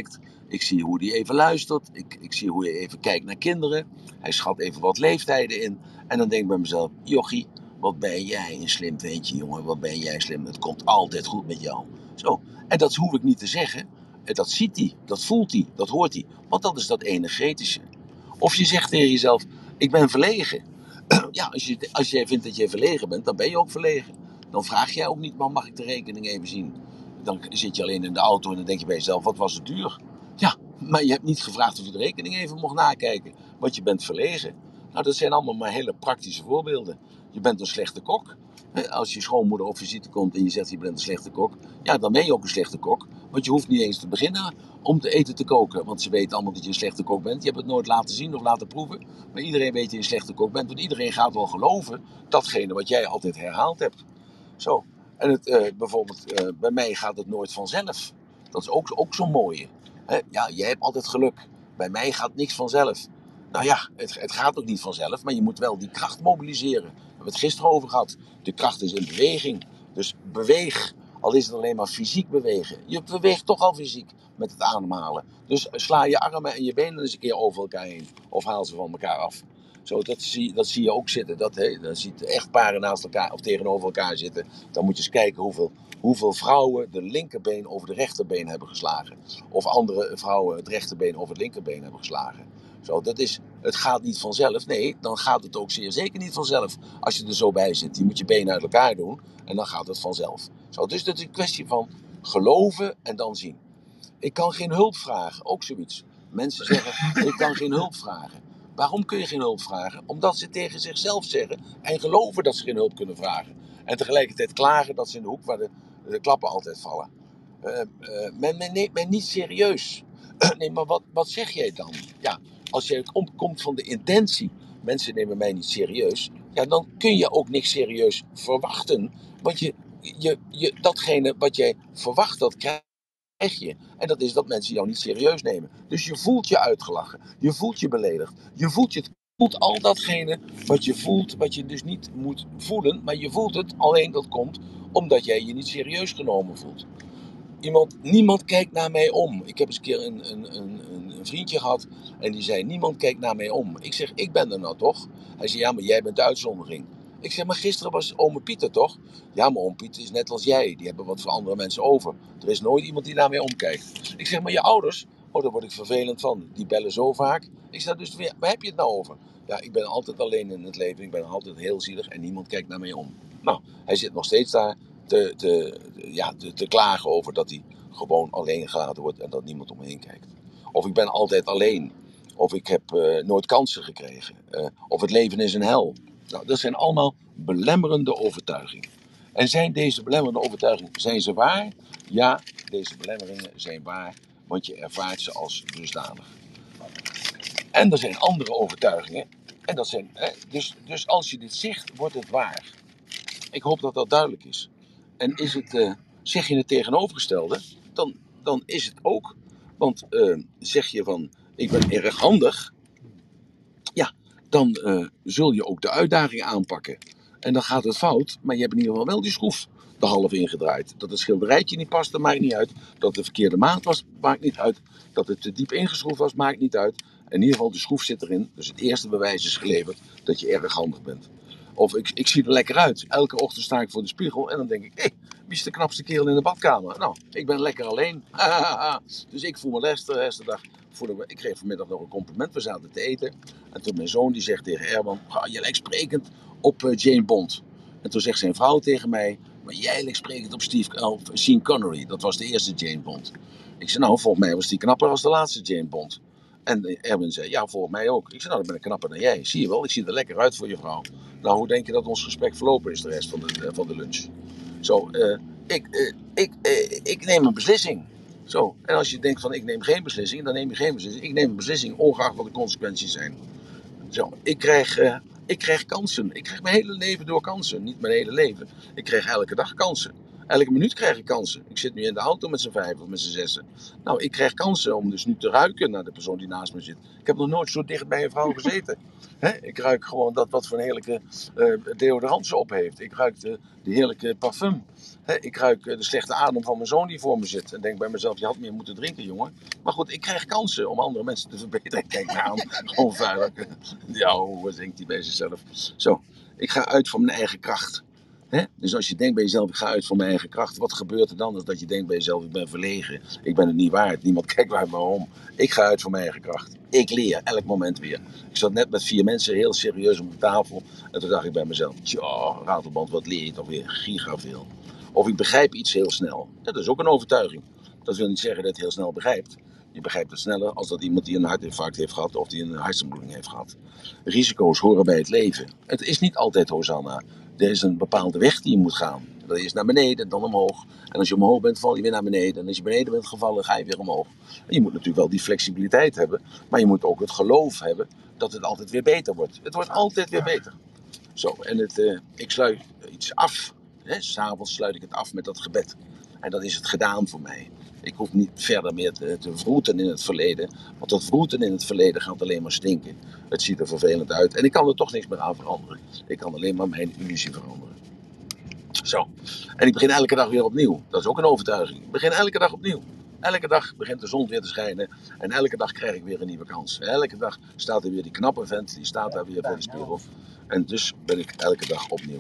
Ik zie hoe hij even luistert. Ik zie hoe hij even kijkt naar kinderen. Hij schat even wat leeftijden in. En dan denk ik bij mezelf, jochie, wat ben jij een slim ventje, jongen. Wat ben jij slim. Het komt altijd goed met jou. Zo. En dat hoef ik niet te zeggen. Dat ziet hij, dat voelt hij, dat hoort hij. Want dat is dat energetische. Of je zegt tegen jezelf, ik ben verlegen. Ja, als jij vindt dat je verlegen bent, dan ben je ook verlegen. Dan vraag jij ook niet, man, mag ik de rekening even zien? Dan zit je alleen in de auto en dan denk je bij jezelf, wat was het duur? Ja, maar je hebt niet gevraagd of je de rekening even mocht nakijken, want je bent verlegen. Nou, dat zijn allemaal maar hele praktische voorbeelden. Je bent een slechte kok. Als je schoonmoeder op visite komt en je zegt je bent een slechte kok, ja, dan ben je ook een slechte kok. Want je hoeft niet eens te beginnen om te eten te koken. Want ze weten allemaal dat je een slechte kok bent. Je hebt het nooit laten zien of laten proeven. Maar iedereen weet dat je een slechte kok bent. Want iedereen gaat wel geloven datgene wat jij altijd herhaald hebt. Zo. En bijvoorbeeld, bij mij gaat het nooit vanzelf. Dat is ook zo'n mooie. Ja, jij hebt altijd geluk. Bij mij gaat niks vanzelf. Nou ja, het gaat ook niet vanzelf, maar je moet wel die kracht mobiliseren. We hebben het gisteren over gehad. De kracht is in beweging. Dus beweeg. Al is het alleen maar fysiek bewegen. Je beweegt toch al fysiek met het ademhalen. Dus sla je armen en je benen eens een keer over elkaar heen. Of haal ze van elkaar af. Zo, dat zie je ook zitten. Dan zie je echtparen naast elkaar of tegenover elkaar zitten. Dan moet je eens kijken hoeveel vrouwen de linkerbeen over de rechterbeen hebben geslagen. Of andere vrouwen het rechterbeen over het linkerbeen hebben geslagen. Zo, het gaat niet vanzelf. Nee, dan gaat het ook zeer zeker niet vanzelf. Als je er zo bij zit. Je moet je benen uit elkaar doen en dan gaat het vanzelf. Zo, dus dat is een kwestie van geloven en dan zien. Ik kan geen hulp vragen, ook zoiets. Mensen zeggen, ik kan geen hulp vragen. Waarom kun je geen hulp vragen? Omdat ze tegen zichzelf zeggen en geloven dat ze geen hulp kunnen vragen. En tegelijkertijd klagen dat ze in de hoek waar de klappen altijd vallen. Men neemt mij niet serieus. Nee, maar wat zeg jij dan? Ja, als jij komt van de intentie, mensen nemen mij niet serieus. Ja, dan kun je ook niks serieus verwachten. Want datgene wat jij verwacht, dat krijg je. En dat is dat mensen jou niet serieus nemen. Dus je voelt je uitgelachen. Je voelt je beledigd. Je voelt al datgene wat je voelt, wat je dus niet moet voelen. Maar je voelt het, alleen dat komt omdat jij je niet serieus genomen voelt. Niemand kijkt naar mij om. Ik heb eens een keer een vriendje gehad en die zei, niemand kijkt naar mij om. Ik zeg, ik ben er nou toch? Hij zei, ja, maar jij bent de uitzondering. Ik zeg, maar gisteren was ome Pieter toch? Ja, maar ome Pieter is net als jij. Die hebben wat voor andere mensen over. Er is nooit iemand die naar mij omkijkt. Ik zeg, maar je ouders? Oh, daar word ik vervelend van. Die bellen zo vaak. Ik zeg, dus waar heb je het nou over? Ja, ik ben altijd alleen in het leven. Ik ben altijd heel zielig en niemand kijkt naar mij om. Nou, hij zit nog steeds daar te klagen over dat hij gewoon alleen gelaten wordt en dat niemand om me heen kijkt. Of ik ben altijd alleen. Of ik heb nooit kansen gekregen. Of het leven is een hel. Nou, dat zijn allemaal belemmerende overtuigingen. En zijn deze belemmerende overtuigingen, zijn ze waar? Ja, deze belemmeringen zijn waar, want je ervaart ze als dusdanig. En er zijn andere overtuigingen. En dat zijn, dus als je dit zegt, wordt het waar. Ik hoop dat dat duidelijk is. En zeg je het tegenovergestelde, dan is het ook. Want zeg je van, ik ben erg handig, ja, dan zul je ook de uitdaging aanpakken. En dan gaat het fout, maar je hebt in ieder geval wel die schroef de half ingedraaid. Dat het schilderijtje niet past, dat maakt niet uit. Dat het de verkeerde maat was, maakt niet uit. Dat het te diep ingeschroefd was, maakt niet uit. In ieder geval, de schroef zit erin. Dus het eerste bewijs is geleverd dat je erg handig bent. Of ik zie er lekker uit. Elke ochtend sta ik voor de spiegel en dan denk ik, hé, wie is de knapste kerel in de badkamer? Nou, ik ben lekker alleen. Dus ik voel me de rest dag. Ik kreeg vanmiddag nog een compliment. We zaten te eten. En toen mijn zoon die zegt tegen Erwan, je lijkt sprekend op Jane Bond. En toen zegt zijn vrouw tegen mij, maar jij lijkt sprekend op Sean Connery. Dat was de eerste Jane Bond. Ik zei, nou, volgens mij was die knapper als de laatste Jane Bond. En Erwin zei, ja, volgens mij ook. Ik zei, nou, dan ben ik knapper dan jij. Zie je wel, ik zie er lekker uit voor je vrouw. Nou, hoe denk je dat ons gesprek verlopen is de rest van de lunch? Zo, ik neem een beslissing. Zo, en als je denkt van ik neem geen beslissing, dan neem je geen beslissing. Ik neem een beslissing, ongeacht wat de consequenties zijn. Zo, ik krijg kansen. Ik krijg mijn hele leven door kansen. Niet mijn hele leven. Ik krijg elke dag kansen. Elke minuut krijg ik kansen. Ik zit nu in de auto met z'n 5 of met z'n 6. Nou, ik krijg kansen om dus nu te ruiken naar de persoon die naast me zit. Ik heb nog nooit zo dicht bij een vrouw gezeten. Ik ruik gewoon dat wat voor een heerlijke deodorant ze op heeft. Ik ruik de heerlijke parfum. Ik ruik de slechte adem van mijn zoon die voor me zit. En denk bij mezelf, je had meer moeten drinken, jongen. Maar goed, ik krijg kansen om andere mensen te verbeteren. Kijk me aan, gewoon veilig. Ja, wat denkt hij bij zichzelf? Zo, ik ga uit van mijn eigen kracht. Dus als je denkt bij jezelf, ik ga uit van mijn eigen kracht. Wat gebeurt er dan? Dat je denkt bij jezelf, ik ben verlegen. Ik ben het niet waard. Niemand kijkt naar me om. Ik ga uit van mijn eigen kracht. Ik leer, elk moment weer. Ik zat net met 4 mensen heel serieus op de tafel. En toen dacht ik bij mezelf, tja, Ratelband, wat leer je toch weer? Gigaveel. Of ik begrijp iets heel snel. Dat is ook een overtuiging. Dat wil niet zeggen dat je het heel snel begrijpt. Je begrijpt het sneller als dat iemand die een hartinfarct heeft gehad of die een hartsteenbloeding heeft gehad. Risico's horen bij het leven. Het is niet altijd Hosanna. Er is een bepaalde weg die je moet gaan. Dat is naar beneden, dan omhoog. En als je omhoog bent, val je weer naar beneden. En als je beneden bent gevallen, ga je weer omhoog. En je moet natuurlijk wel die flexibiliteit hebben. Maar je moet ook het geloof hebben dat het altijd weer beter wordt. Het wordt altijd weer beter. Zo, en ik sluit iets af. 'S Avonds sluit ik het af met dat gebed. En dan is het gedaan voor mij. Ik hoef niet verder meer te vroeten in het verleden. Want dat vroeten in het verleden gaat alleen maar stinken. Het ziet er vervelend uit. En ik kan er toch niks meer aan veranderen. Ik kan alleen maar mijn illusie veranderen. Zo. En ik begin elke dag weer opnieuw. Dat is ook een overtuiging. Ik begin elke dag opnieuw. Elke dag begint de zon weer te schijnen. En elke dag krijg ik weer een nieuwe kans. Elke dag staat er weer die knappe vent. Die staat daar weer bij de spiegel. En dus ben ik elke dag opnieuw.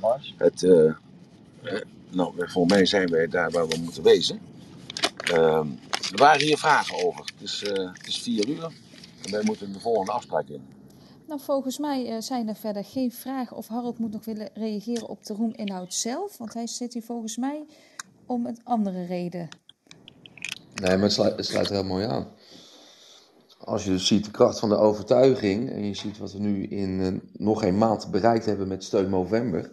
Nou, volgens mij zijn wij daar waar we moeten wezen. Er waren hier vragen over. Het is 4 uur. En wij moeten de volgende afspraak in. Nou, volgens mij zijn er verder geen vragen of Harold moet nog willen reageren op de roeminhoud zelf. Want hij zit hier volgens mij om een andere reden. Nee, maar het sluit heel mooi aan. Als je dus ziet de kracht van de overtuiging en je ziet wat we nu in nog geen maand bereikt hebben met Steun Movember.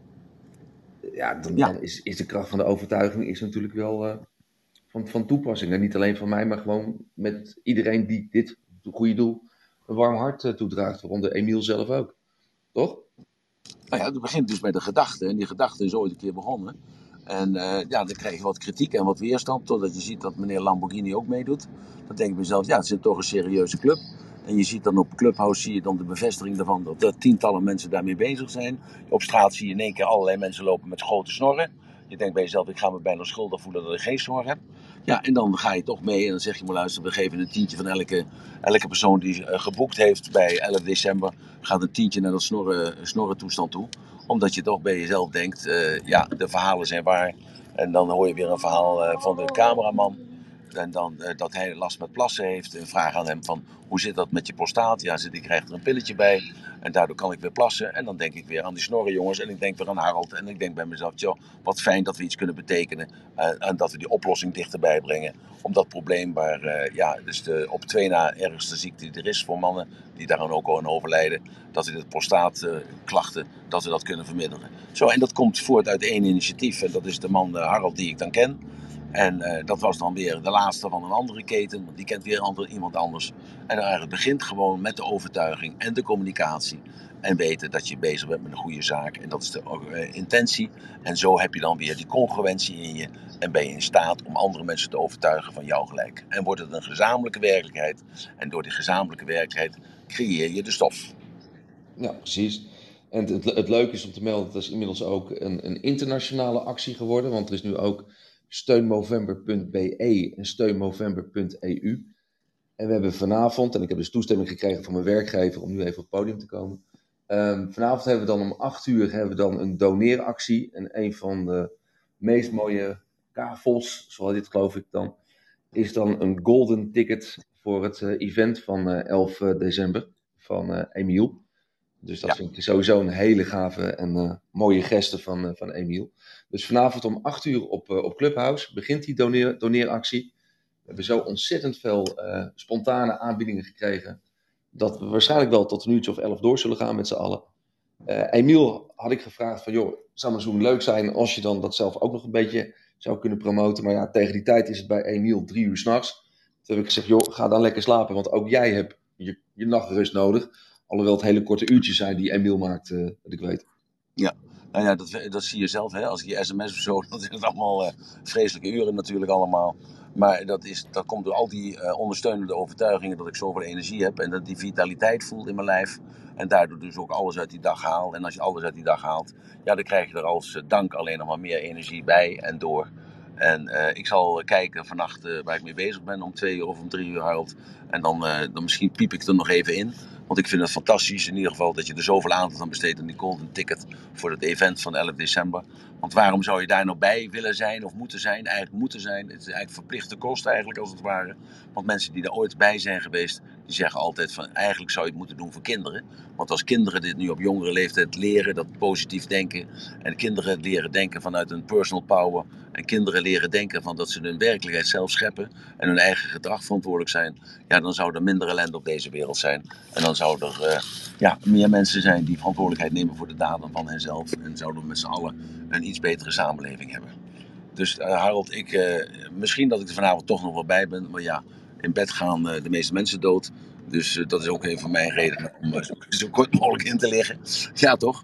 Dan is de kracht van de overtuiging is natuurlijk wel van toepassing. En niet alleen van mij, maar gewoon met iedereen die dit goede doel een warm hart toedraagt. Waaronder Emiel zelf ook. Toch? Nou ja, het begint dus bij de gedachte. En die gedachte is ooit een keer begonnen. En dan krijg je wat kritiek en wat weerstand. Totdat je ziet dat meneer Lamborghini ook meedoet. Dan denk ik mezelf, het is toch een serieuze club. En je ziet dan op Clubhouse zie je dan de bevestiging daarvan dat er tientallen mensen daarmee bezig zijn. Op straat zie je in één keer allerlei mensen lopen met grote snorren. Je denkt bij jezelf, ik ga me bijna schuldig voelen dat ik geen snor heb. Ja, en dan ga je toch mee en dan zeg je maar luister, we geven een tientje van elke persoon die geboekt heeft bij 11 december. Gaat een tientje naar dat snorren toestand toe. Omdat je toch bij jezelf denkt, de verhalen zijn waar. En dan hoor je weer een verhaal van de cameraman. En dan dat hij last met plassen heeft. En vraag aan hem van, hoe zit dat met je prostaat? Ja, die krijgt er een pilletje bij. En daardoor kan ik weer plassen. En dan denk ik weer aan die snorrenjongens. En ik denk weer aan Harold. En ik denk bij mezelf, wat fijn dat we iets kunnen betekenen. En dat we die oplossing dichterbij brengen. Om dat probleem waar, dus de op 2 na ergste ziekte die er is voor mannen. Die daaraan ook al aan overlijden. Dat we de prostaatklachten, dat we dat kunnen verminderen. Zo, en dat komt voort uit 1 initiatief. En dat is de man Harold die ik dan ken. En dat was dan weer de laatste van een andere keten, want die kent weer iemand anders. En het begint gewoon met de overtuiging en de communicatie. En weten dat je bezig bent met een goede zaak. En dat is de intentie. En zo heb je dan weer die congruentie in je. En ben je in staat om andere mensen te overtuigen van jouw gelijk. En wordt het een gezamenlijke werkelijkheid. En door die gezamenlijke werkelijkheid creëer je de stof. Ja, precies. En het leuke is om te melden, dat is inmiddels ook een internationale actie geworden. Want er is nu ook steunmovember.be en steunmovember.eu. En we hebben vanavond, en ik heb dus toestemming gekregen van mijn werkgever om nu even op het podium te komen. Vanavond hebben we dan om 8 uur een doneeractie. En een van de meest mooie kavels, zoals dit geloof ik dan, is dan een golden ticket voor het event van 11 december van Emiel. Dus dat vind ik sowieso een hele gave en mooie geste van Emiel. Dus vanavond om 8 uur op Clubhouse begint die doneeractie. We hebben zo ontzettend veel spontane aanbiedingen gekregen. Dat we waarschijnlijk wel tot een uurtje of 11 door zullen gaan met z'n allen. Emiel had ik gevraagd van, joh, zou maar zo leuk zijn als je dan dat zelf ook nog een beetje zou kunnen promoten. Maar ja, tegen die tijd is het bij Emiel 3 uur 's nachts. Toen heb ik gezegd, joh, ga dan lekker slapen, want ook jij hebt je nachtrust nodig. Alhoewel het hele korte uurtjes zijn die Emiel maakt, dat ik weet. Ja, nou ja, dat zie je zelf, hè. Als ik je sms of zo, dan zijn het allemaal vreselijke uren natuurlijk allemaal. Maar dat komt door al die ondersteunende overtuigingen dat ik zoveel energie heb en dat die vitaliteit voel in mijn lijf. En daardoor dus ook alles uit die dag haal. En als je alles uit die dag haalt, ja, dan krijg je er als dank alleen nog maar meer energie bij en door. En ik zal kijken vannacht waar ik mee bezig ben om 2 uur of om 3 uur, Harold. En dan misschien piep ik er nog even in. Want ik vind het fantastisch in ieder geval dat je er zoveel aandacht aan besteedt aan die golden ticket voor het event van 11 december. Want waarom zou je daar nou bij willen zijn of moeten zijn? Eigenlijk moeten zijn. Het is eigenlijk verplichte kost eigenlijk als het ware. Want mensen die er ooit bij zijn geweest, die zeggen altijd van eigenlijk zou je het moeten doen voor kinderen. Want als kinderen dit nu op jongere leeftijd leren, dat positief denken. En kinderen leren denken vanuit hun personal power. En kinderen leren denken van dat ze hun werkelijkheid zelf scheppen. En hun eigen gedrag verantwoordelijk zijn. Ja, dan zou er minder ellende op deze wereld zijn. En dan zou er meer mensen zijn die verantwoordelijkheid nemen voor de daden van henzelf. En zouden we met z'n allen een iets betere samenleving hebben. Dus Harold, misschien dat ik er vanavond toch nog wel bij ben. Maar ja, in bed gaan de meeste mensen dood. Dus dat is ook een van mijn redenen om zo kort mogelijk in te liggen. Ja, toch?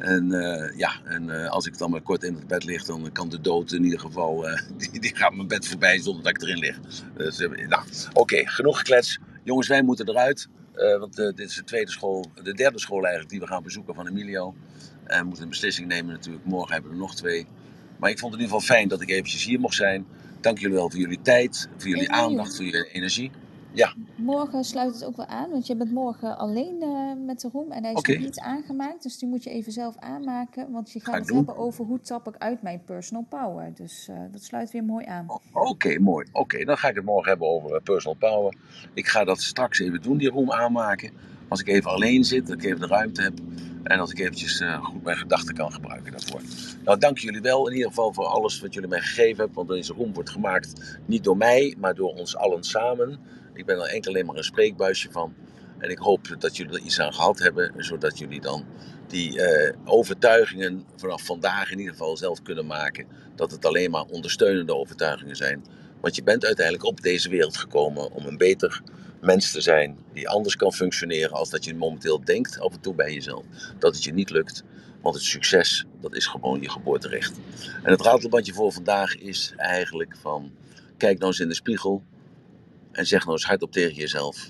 En als ik dan maar kort in het bed lig, dan kan de dood in ieder geval... die gaat mijn bed voorbij zonder dat ik erin lig. Dus, oké, genoeg geklets. Jongens, wij moeten eruit. Want dit is de derde school eigenlijk die we gaan bezoeken van Emilio. En we moeten een beslissing nemen natuurlijk. Morgen hebben we er nog 2. Maar ik vond het in ieder geval fijn dat ik eventjes hier mocht zijn. Dank jullie wel voor jullie tijd, voor jullie aandacht, voor jullie energie. Ja. Morgen sluit het ook wel aan, want je bent morgen alleen met de room en hij is nog niet aangemaakt. Dus die moet je even zelf aanmaken, want je gaat het hebben over hoe tap ik uit mijn personal power. Dus dat sluit weer mooi aan. Oké, mooi. Oké, dan ga ik het morgen hebben over personal power. Ik ga dat straks even doen, die room aanmaken. Als ik even alleen zit, dat ik even de ruimte heb. En als ik eventjes goed mijn gedachten kan gebruiken daarvoor. Nou, dank jullie wel in ieder geval voor alles wat jullie mij gegeven hebben. Want deze room wordt gemaakt niet door mij, maar door ons allen samen. Ik ben er enkel alleen maar een spreekbuisje van. En ik hoop dat jullie er iets aan gehad hebben. Zodat jullie dan die overtuigingen vanaf vandaag in ieder geval zelf kunnen maken. Dat het alleen maar ondersteunende overtuigingen zijn. Want je bent uiteindelijk op deze wereld gekomen om een beter mens te zijn. Die anders kan functioneren als dat je momenteel denkt af en toe bij jezelf. Dat het je niet lukt. Want het succes, dat is gewoon je geboorterecht. En het ratelbandje voor vandaag is eigenlijk van... Kijk nou eens in de spiegel. En zeg nou eens hardop tegen jezelf.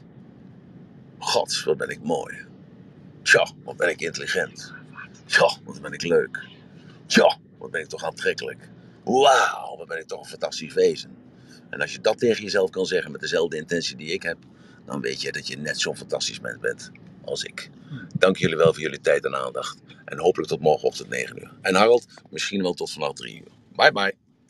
God, wat ben ik mooi. Tja, wat ben ik intelligent. Tja, wat ben ik leuk. Tja, wat ben ik toch aantrekkelijk. Wauw, wat ben ik toch een fantastisch wezen. En als je dat tegen jezelf kan zeggen met dezelfde intentie die ik heb, dan weet je dat je net zo'n fantastisch mens bent als ik. Dank jullie wel voor jullie tijd en aandacht. En hopelijk tot morgenochtend 9 uur. En Harold, misschien wel tot vanaf 3 uur. Bye bye.